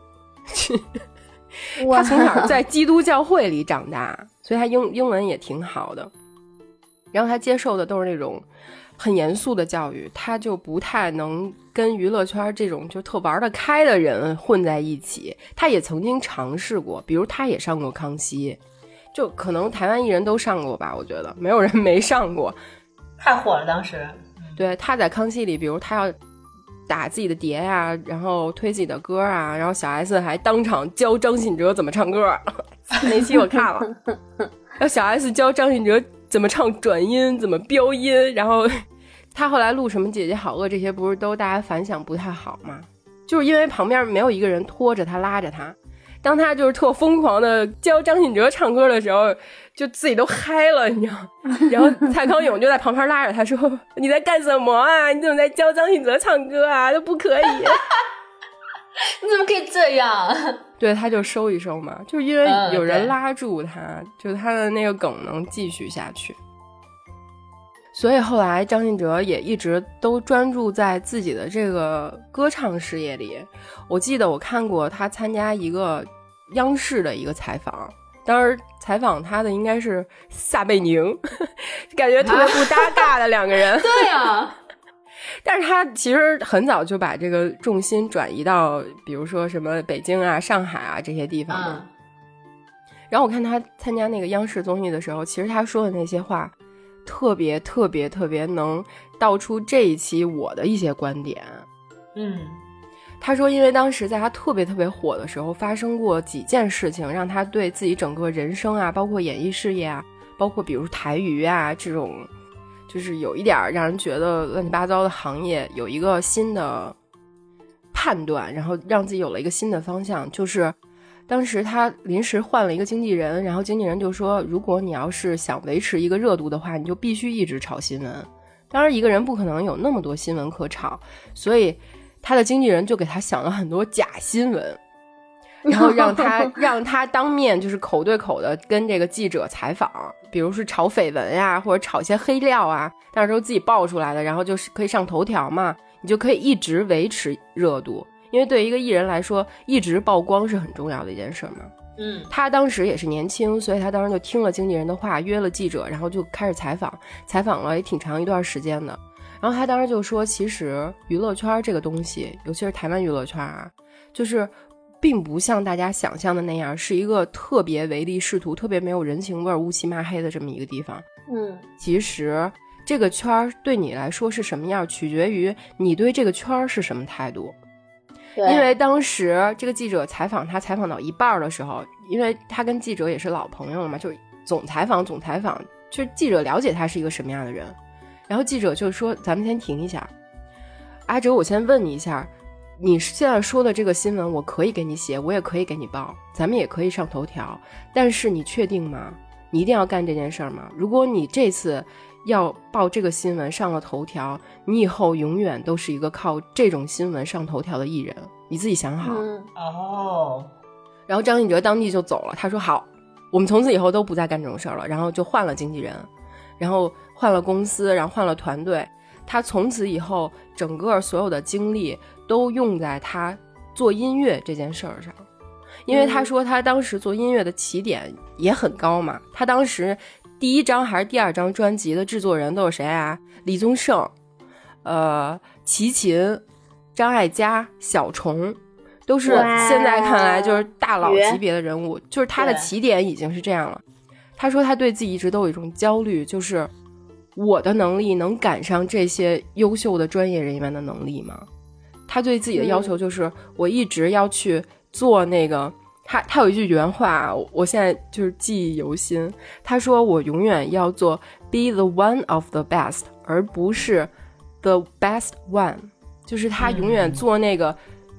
他从小在基督教会里长大，所以他英英文也挺好的。然后他接受的都是那种很严肃的教育，他就不太能跟娱乐圈这种就特玩得开的人混在一起。他也曾经尝试过，比如他也上过康熙，就可能台湾艺人都上过吧，我觉得没有人没上过。 太火了当时。 对，他在康熙里，比如他要打自己的碟啊，然后推自己的歌啊，然后小 S 还当场教张信哲怎么唱歌，那期我看了，然后小 S 教张信哲怎么唱转音，怎么标音，然后他后来录什么姐姐好饿这些，不是都大家反响不太好吗？就是因为旁边没有一个人拖着他拉着他，当他就是特疯狂的教张信哲唱歌的时候，就自己都嗨了，你知道。然后蔡康永就在旁边拉着他说，你在干什么啊，你怎么在教张信哲唱歌啊，都不可以。 你怎么可以这样？ 对，他就收一收嘛，就是因为有人拉住他，嗯、就他的那个梗能继续下去。所以后来张信哲也一直都专注在自己的这个歌唱事业里。我记得我看过他参加一个央视的一个采访，当时采访他的应该是撒贝宁，感觉特别不搭嘎的两个人。 对啊， 但是他其实很早就把这个重心转移到比如说什么北京啊、上海啊这些地方。 嗯、 然后我看他参加那个央视综艺的时候，其实他说的那些话特别特别特别能道出这一期我的一些观点。 嗯， 他说因为当时在他特别特别火的时候发生过几件事情，让他对自己整个人生啊，包括演艺事业啊，包括比如台娱啊这种就是有一点让人觉得乱七八糟的行业有一个新的判断，然后让自己有了一个新的方向。就是当时他临时换了一个经纪人，然后经纪人就说，如果你要是想维持一个热度的话，你就必须一直炒新闻。当然一个人不可能有那么多新闻可炒，所以他的经纪人就给他想了很多假新闻，然后让他让他当面就是口对口的跟这个记者采访，比如是炒绯闻呀，或者炒一些黑料啊，但是都自己爆出来的，然后就是可以上头条嘛，你就可以一直维持热度。因为对一个艺人来说，一直曝光是很重要的一件事嘛。 嗯， 他当时也是年轻，所以他当时就听了经纪人的话，约了记者，然后就开始采访，采访了也挺长一段时间的。然后他当时就说，其实娱乐圈这个东西，尤其是台湾娱乐圈啊，就是并不像大家想象的那样，是一个特别唯利是图、特别没有人情味、乌漆嘛黑的这么一个地方。 嗯， 其实这个圈对你来说是什么样，取决于你对这个圈是什么态度。因为当时这个记者采访他，采访到一半的时候，因为他跟记者也是老朋友了嘛，就总采访总采访，就是记者了解他是一个什么样的人。然后记者就说，咱们先停一下，阿哲，我先问你一下，你现在说的这个新闻我可以给你写，我也可以给你报，咱们也可以上头条，但是你确定吗？你一定要干这件事吗？如果你这次要报这个新闻上了头条，你以后永远都是一个靠这种新闻上头条的艺人，你自己想好。 嗯、哦。 然后张信哲当地就走了，他说好，我们从此以后都不再干这种事儿了，然后就换了经纪人，然后换了公司，然后换了团队。他从此以后整个所有的精力都用在他做音乐这件事儿上，因为他说他当时做音乐的起点也很高嘛，他当时第一张还是第二张专辑的制作人都是谁啊？李宗盛、呃，齐秦、张艾嘉、小虫，都是现在看来就是大佬级别的人物，就是他的起点已经是这样了。他说他对自己一直都有一种焦虑，就是我的能力能赶上这些优秀的专业人员的能力吗？他对自己的要求就是、嗯、我一直要去做那个，他他有一句原话，我现在就是记忆犹新。他说我永远要做 be the one of the best， 而不是 the best one， 就是他永远做那个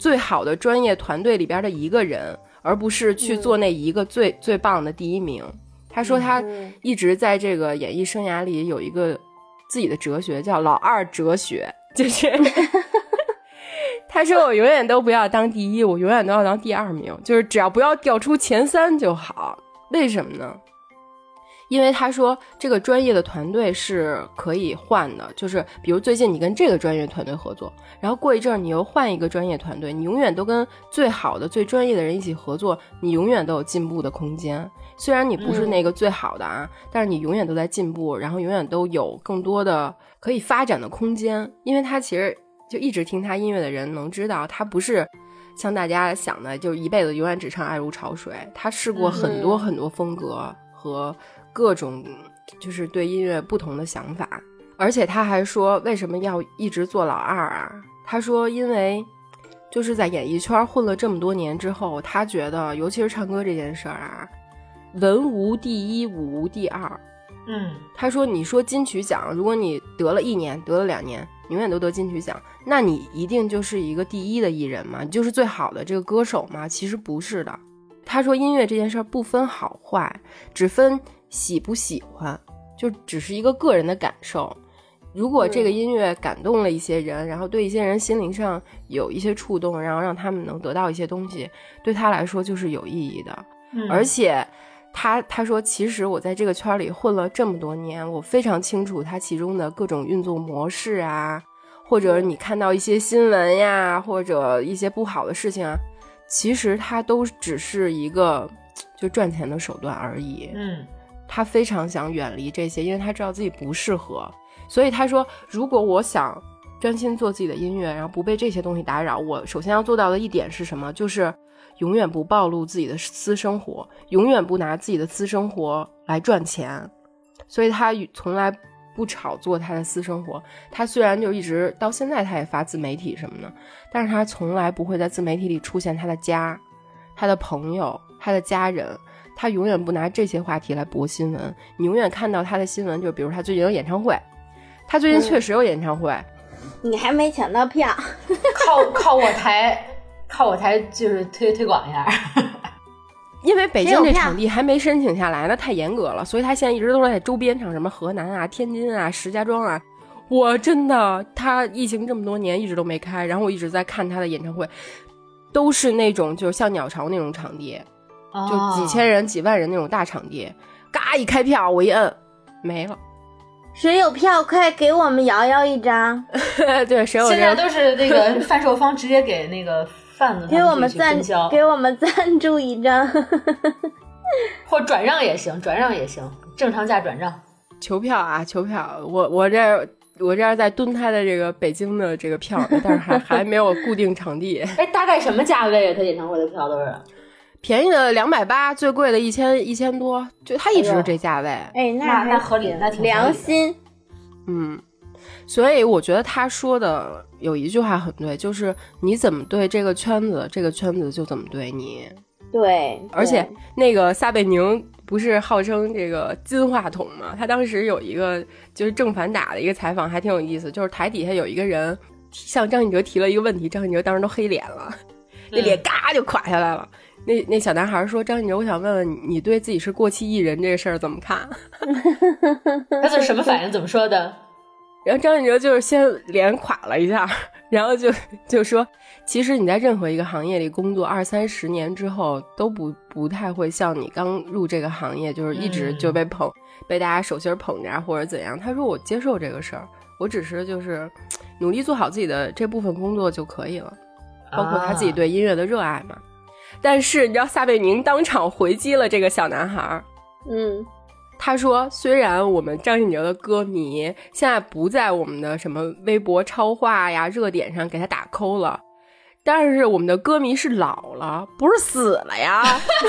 最好的专业团队里边的一个人，而不是去做那一个最、嗯、最棒的第一名。他说他一直在这个演艺生涯里有一个自己的哲学，叫老二哲学，就是他说我永远都不要当第一，我永远都要当第二名，就是只要不要掉出前三就好。为什么呢？因为他说这个专业的团队是可以换的，就是比如最近你跟这个专业团队合作，然后过一阵儿你又换一个专业团队，你永远都跟最好的最专业的人一起合作，你永远都有进步的空间。虽然你不是那个最好的啊、嗯、但是你永远都在进步，然后永远都有更多的可以发展的空间。因为他其实就一直听他音乐的人能知道，他不是像大家想的就一辈子永远只唱爱如潮水，他试过很多很多风格和各种就是对音乐不同的想法。而且他还说为什么要一直做老二啊？他说因为就是在演艺圈混了这么多年之后，他觉得尤其是唱歌这件事儿啊，文无第一，武无第二。 嗯， 他说你说金曲奖，如果你得了一年得了两年永远都得金曲奖，那你一定就是一个第一的艺人嘛，你就是最好的这个歌手嘛？其实不是的。他说音乐这件事儿不分好坏，只分喜不喜欢，就只是一个个人的感受。如果这个音乐感动了一些人，然后对一些人心灵上有一些触动，然后让他们能得到一些东西，对他来说就是有意义的。 嗯、 而且他他说其实我在这个圈里混了这么多年，我非常清楚它其中的各种运作模式啊，或者你看到一些新闻呀，或者一些不好的事情啊，其实它都只是一个就赚钱的手段而已。 嗯， 他非常想远离这些，因为他知道自己不适合。所以他说如果我想专心做自己的音乐，然后不被这些东西打扰，我首先要做到的一点是什么？就是永远不暴露自己的私生活，永远不拿自己的私生活来赚钱。所以他从来不炒作他的私生活。他虽然就一直到现在他也发自媒体什么的，但是他从来不会在自媒体里出现他的家、他的朋友、他的家人，他永远不拿这些话题来博新闻。你永远看到他的新闻，就比如他最近有演唱会，他最近确实有演唱会、 嗯、你还没抢到票靠靠我台靠我台就是推推广一下因为北京这场地还没申请下来，那太严格了，所以他现在一直都在周边场，什么河南啊、天津啊、石家庄啊。我真的他疫情这么多年一直都没开，然后我一直在看他的演唱会，都是那种就是像鸟巢那种场地、哦、就几千人几万人那种大场地，嘎一开票我一摁没了。 谁有票快给我们摇摇一张对，谁有现在都是那个贩售方直接给那个贩子给我们赞给我们赞助一张或转让也行，转让也行，正常价转让。 求票啊求票，我我这我这儿在蹲他的这个北京的这个票，但是还还没有固定场地。 哎，大概什么价位啊？他演唱会的票都是便宜的两百八，最贵的一千一千多，就他一直是这价位。 哎， 那那合理，那挺良心。 嗯，所以我觉得他说的有一句话很对，就是你怎么对这个圈子，这个圈子就怎么对你。 对， 而且那个撒贝宁不是号称这个金话筒吗？他当时有一个就是正反打的一个采访，还挺有意思，就是台底下有一个人向张信哲提了一个问题，张信哲当时都黑脸了，那脸嘎就垮下来了。那那小男孩说：“张信哲，我想问问你，你对自己是过气艺人这个事儿怎么看？” 他是什么反应？怎么说的？ 然后张信哲就是先脸垮了一下，然后就就说，其实你在任何一个行业里工作二三十年之后，都不不太会像你刚入这个行业，就是一直就被捧，嗯、被大家手心捧着或者怎样。他说我接受这个事儿，我只是就是努力做好自己的这部分工作就可以了，包括他自己对音乐的热爱嘛。啊但是你知道撒贝宁当场回击了这个小男孩， 嗯， 他说虽然我们张信哲的歌迷现在不在我们的什么微博超话呀热点上给他打扣了，但是我们的歌迷是老了，不是死了呀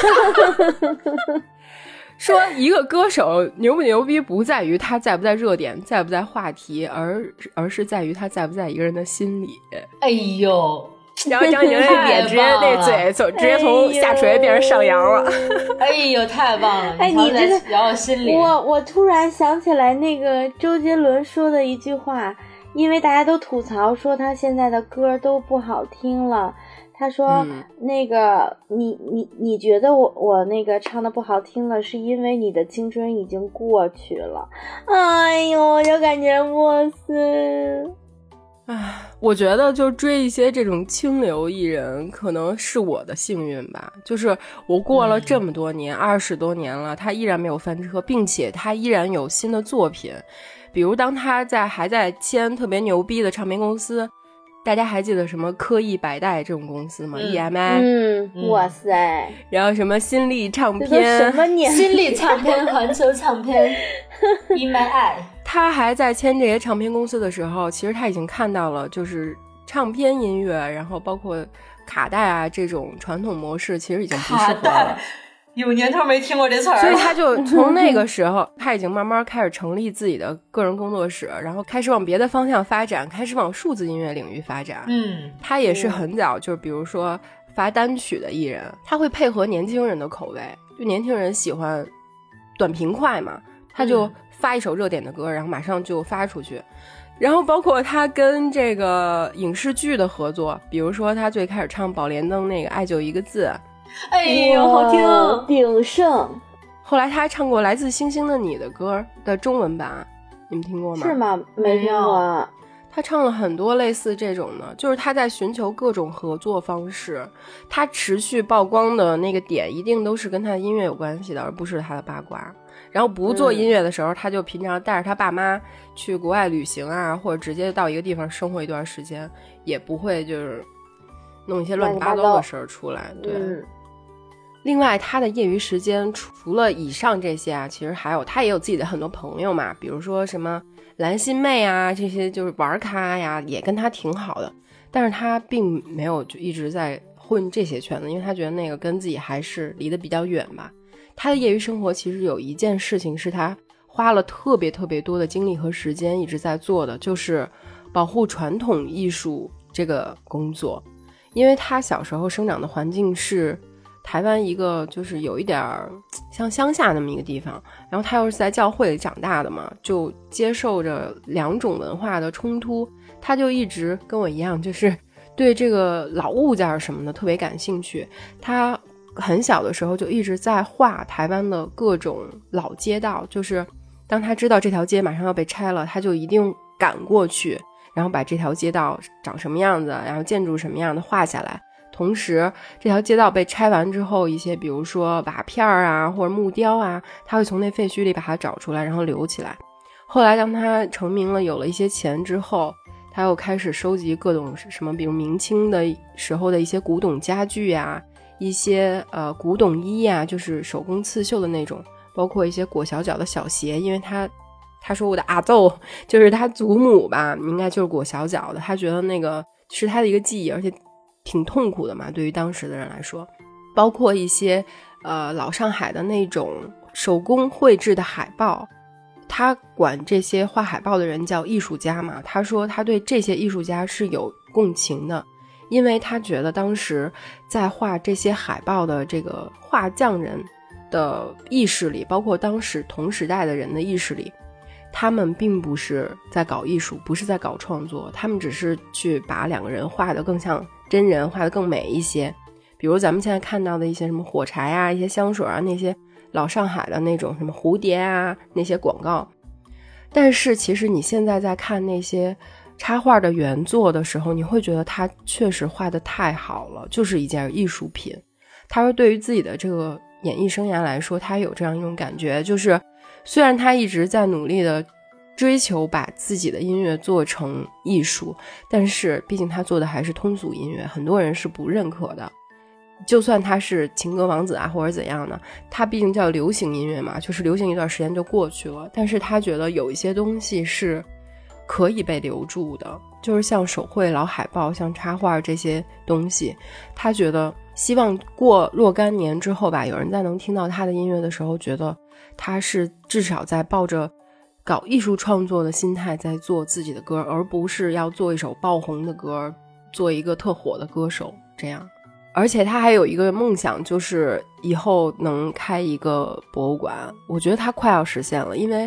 说一个歌手牛不牛逼不在于他在不在热点，在不在话题，而而是在于他在不在一个人的心里。 哎呦， 然后张信哲那脸直接那嘴走直接从下垂变成上扬了。 哎呦，太棒了！ 哎，你这个聊到心里， 我我突然想起来那个周杰伦说的一句话，因为大家都吐槽说他现在的歌都不好听了， 他说、 嗯、 那个你你你觉得我我那个唱的不好听了，是因为你的青春已经过去了。哎呦，我就感觉哇塞。 唉，我觉得就追一些这种清流艺人可能是我的幸运吧，就是我过了这么多年二十、嗯、多年了，他依然没有翻车，并且他依然有新的作品。比如当他在还在签特别牛逼的唱片公司，大家还记得什么科艺百代这种公司吗、嗯、E M I 嗯，哇塞， 然后什么新力唱片， 什么年新力唱片环球唱片In My Eye。 他还在签这些唱片公司的时候，其实他已经看到了就是唱片音乐，然后包括卡带啊这种传统模式其实已经不适合了。 有年头没听过这词儿， 所以他就从那个时候他已经慢慢开始成立自己的个人工作室，然后开始往别的方向发展，开始往数字音乐领域发展。 嗯， 他也是很早就是比如说发单曲的艺人，他会配合年轻人的口味，就年轻人喜欢短平快嘛，他就发一首热点的歌，然后马上就发出去。然后包括他跟这个影视剧的合作，比如说他最开始唱宝莲灯那个爱就一个字， 哎呦好听， 鼎盛。 后来他还唱过来自星星的你的歌的中文版，你们听过吗？ 是吗？没听过。 他唱了很多类似这种的，就是他在寻求各种合作方式，他持续曝光的那个点一定都是跟他的音乐有关系的，而不是他的八卦。然后不做音乐的时候、嗯、他就平常带着他爸妈去国外旅行啊，或者直接到一个地方生活一段时间，也不会就是弄一些乱七八糟的事儿出来。对、嗯，另外他的业余时间除了以上这些啊，其实还有他也有自己的很多朋友嘛，比如说什么蓝心湄啊，这些就是玩咖呀，也跟他挺好的，但是他并没有就一直在混这些圈子，因为他觉得那个跟自己还是离得比较远吧。他的业余生活其实有一件事情是他花了特别特别多的精力和时间一直在做的，就是保护传统艺术这个工作。因为他小时候生长的环境是台湾一个就是有一点像乡下那么一个地方，然后他又是在教会里长大的嘛，就接受着两种文化的冲突，他就一直跟我一样，就是对这个老物件什么的特别感兴趣。他很小的时候就一直在画台湾的各种老街道，就是当他知道这条街马上要被拆了，他就一定赶过去，然后把这条街道长什么样子，然后建筑什么样的画下来。同时这条街道被拆完之后，一些比如说瓦片啊或者木雕啊，他会从那废墟里把它找出来然后留起来。后来当他成名了有了一些钱之后，他又开始收集各种什么比如明清的时候的一些古董家具啊，一些呃古董衣啊，就是手工刺绣的那种，包括一些裹小脚的小鞋，因为他他说我的阿祖就是他祖母吧，应该就是裹小脚的，他觉得那个是他的一个记忆，而且挺痛苦的嘛，对于当时的人来说。包括一些呃老上海的那种手工绘制的海报，他管这些画海报的人叫艺术家嘛，他说他对这些艺术家是有共情的，因为他觉得当时在画这些海报的这个画匠人的意识里，包括当时同时代的人的意识里，他们并不是在搞艺术，不是在搞创作，他们只是去把两个人画得更像真人，画得更美一些。比如咱们现在看到的一些什么火柴啊，一些香水啊，那些老上海的那种什么蝴蝶啊，那些广告。但是其实你现在在看那些插画的原作的时候，你会觉得他确实画得太好了，就是一件艺术品。他说对于自己的这个演艺生涯来说，他有这样一种感觉，就是虽然他一直在努力的追求把自己的音乐做成艺术，但是毕竟他做的还是通俗音乐，很多人是不认可的。就算他是情歌王子啊或者怎样呢，他毕竟叫流行音乐嘛，就是流行一段时间就过去了，但是他觉得有一些东西是可以被留住的，就是像手绘老海报，像插画这些东西，他觉得希望过若干年之后吧，有人在能听到他的音乐的时候，觉得他是至少在抱着搞艺术创作的心态在做自己的歌，而不是要做一首爆红的歌，做一个特火的歌手这样。而且他还有一个梦想，就是以后能开一个博物馆，我觉得他快要实现了。因为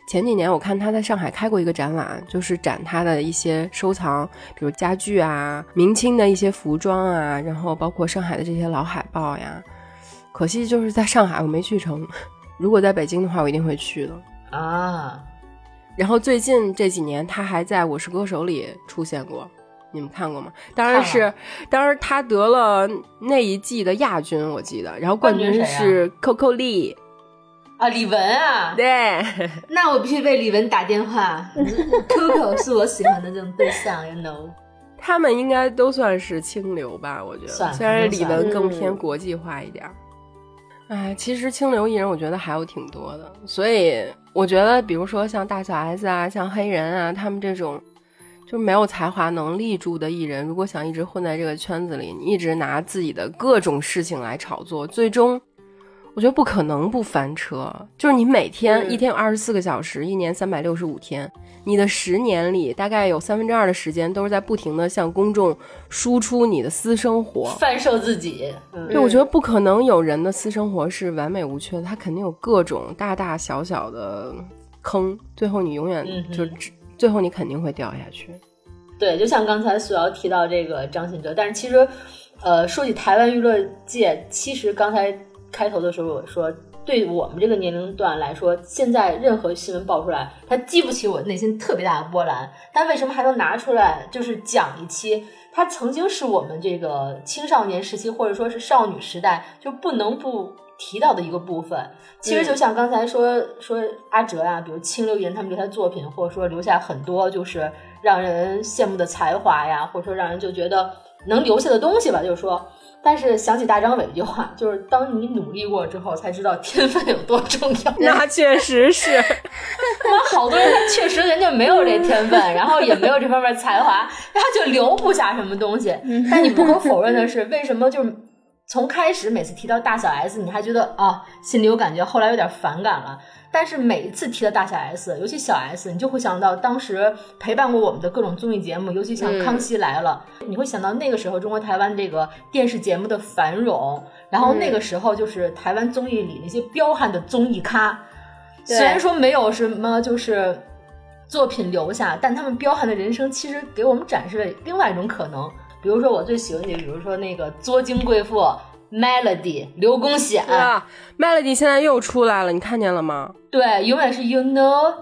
前几年我看他在上海开过一个展览，就是展他的一些收藏，比如家具啊，明清的一些服装啊，然后包括上海的这些老海报呀。可惜就是在上海我没去成，如果在北京的话我一定会去的啊。 然后最近这几年他还在《我是歌手》里出现过，你们看过吗？当然是当然他得了那一季的亚军我记得，然后冠军是 Coco Lee 啊，李玟啊。 对， 那我必须为李玟打电话Coco 是我喜欢的这种对象 you know。 他们应该都算是清流吧，我觉得虽然李玟更偏国际化一点。哎，其实清流艺人我觉得还有挺多的，所以我觉得比如说像大小 S 啊，像黑人啊，他们这种就没有才华能立住的艺人，如果想一直混在这个圈子里，你一直拿自己的各种事情来炒作，最终我觉得不可能不翻车。就是你每天、嗯、一天有二十四个小时，一年三百六十五天，你的十年里大概有三分之二的时间都是在不停的向公众输出你的私生活， 贩售自己。 嗯、对，我觉得不可能有人的私生活是完美无缺的，他肯定有各种大大小小的坑，最后你永远就、嗯、最后你肯定会掉下去。 对，就像刚才素瑶提到这个张信哲，但是其实呃，说起台湾娱乐界，其实刚才开头的时候我说，对我们这个年龄段来说，现在任何新闻爆出来，它激不起我内心特别大的波澜，但为什么还能拿出来就是讲一期，它曾经是我们这个青少年时期或者说是少女时代就不能不提到的一个部分。其实就像刚才说、嗯、说阿哲啊，比如清流艺人他们留下作品，或者说留下很多就是让人羡慕的才华呀，或者说让人就觉得能留下的东西吧，就是说，但是想起大张伟一句话，就是当你努力过之后才知道天分有多重要。 那确实是那好多人他确实人家没有这天分，然后也没有这方面才华，然后就留不下什么东西。但你不可否认的是，为什么就是从开始每次提到大小 S 你还觉得啊心里有感觉，后来有点反感了，但是每一次提到大小 S 尤其小 S 你就会想到当时陪伴过我们的各种综艺节目，尤其像康熙来了、嗯、你会想到那个时候中国台湾这个电视节目的繁荣，然后那个时候就是台湾综艺里那些彪悍的综艺咖、嗯、虽然说没有什么就是作品留下，但他们彪悍的人生其实给我们展示了另外一种可能。比如说我最喜欢的，比如说那个作精贵妇 Melody 刘公显、 啊、Melody 现在又出来了，你看见了吗？ 对，永远是 You know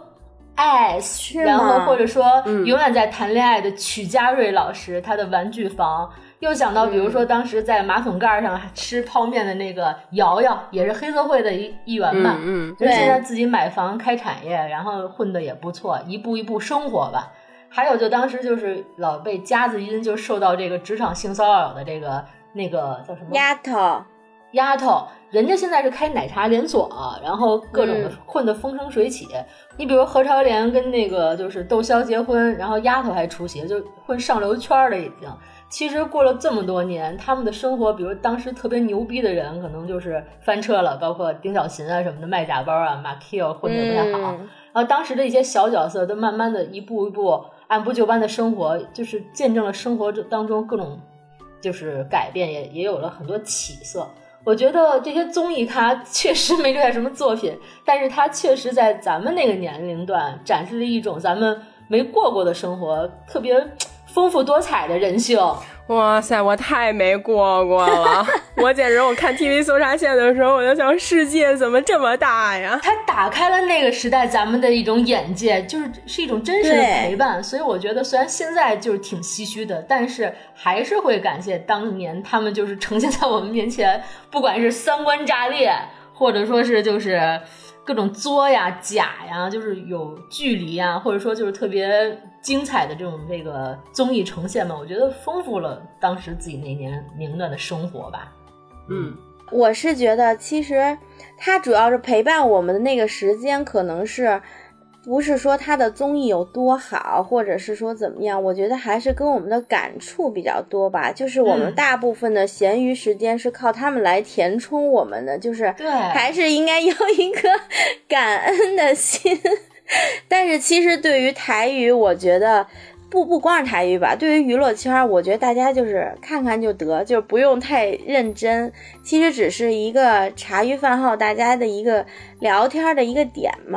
S， 然后或者说、嗯、永远在谈恋爱的曲家瑞老师他的玩具房，又想到比如说当时在马桶盖上吃泡面的那个瑶瑶，也是黑社会的一一员嘛， 嗯嗯， 就现在自己买房开产业，然后混得也不错，一步一步生活吧。还有就当时就是老被夹子音就受到这个职场性骚扰的这个那个叫什么丫头丫头，人家现在是开奶茶连锁，然后各种的混得风生水起、嗯、你比如何超莲跟那个就是窦骁结婚，然后丫头还出席，就混上流圈了已经。其实过了这么多年，他们的生活比如当时特别牛逼的人可能就是翻车了，包括丁小琴啊什么的卖假包啊，马 Q 混得不太好、嗯、然后当时的一些小角色都慢慢的一步一步按部就班的生活，就是见证了生活当中各种就是改变，也也有了很多起色。我觉得这些综艺咖确实没留下什么作品，但是他确实在咱们那个年龄段展示了一种咱们没过过的生活，特别丰富多彩的人性。 哇塞，我太没过过了我简直我看 T V 搜查线的时候我就想世界怎么这么大呀。 它打开了那个时代咱们的一种眼界，就是是一种真实的陪伴。所以我觉得虽然现在就是挺唏嘘的，但是还是会感谢当年他们就是呈现在我们面前，不管是三观炸裂或者说是就是各种作呀假呀，就是有距离呀，或者说就是特别精彩的这种这个综艺呈现嘛，我觉得丰富了当时自己那年龄段的生活吧。 嗯， 我是觉得其实它主要是陪伴我们的那个时间，可能是不是说它的综艺有多好，或者是说怎么样，我觉得还是跟我们的感触比较多吧。就是我们大部分的闲余时间是靠他们来填充我们的，就是还是应该有一颗感恩的心但是其实对于台语，我觉得不不光是台语吧，对于娱乐圈，我觉得大家就是看看就得，就不用太认真。其实只是一个茶余饭后大家的一个聊天的一个点嘛。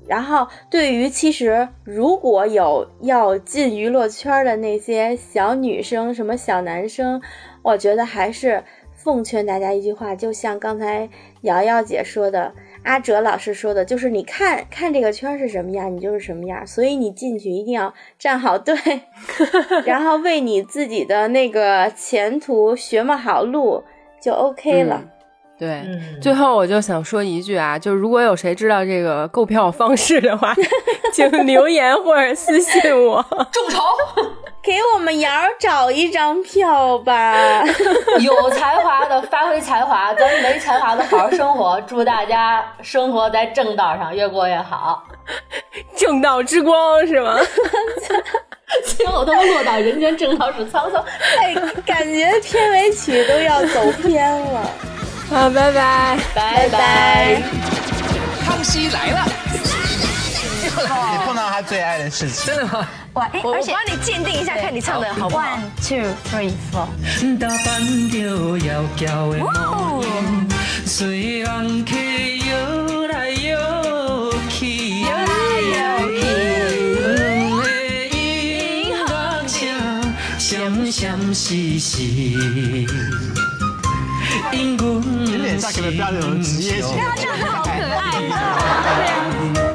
然后对于其实如果有要进娱乐圈的那些小女生什么小男生，我觉得还是奉劝大家一句话，就像刚才瑶瑶姐说的，阿哲老师说的，就是你看看这个圈是什么样，你就是什么样，所以你进去一定要站好队然后为你自己的那个前途学么好路就 OK 了、 嗯对、 嗯， 最后我就想说一句啊，就如果有谁知道这个购票方式的话请留言或者私信我众筹给我们瑶找一张票吧有才华的发挥才华，咱们没才华的好好生活，祝大家生活在正道上，越过越好。 正道之光是吗最后他们落到人间正道是沧桑哎，感觉片尾曲都要走偏了好，拜拜拜拜。 康熙来了， 你碰到他最爱的事情， 真的吗？ 哇，哎，而且帮你鉴定一下，看你唱的好不好 ？One, two, three, four。 打扮着妖娇的模样，随人客摇来摇去，摇来摇去。两个音乐声，闪闪烁烁。因阮脸上可能不要有职业性， 这样好可爱。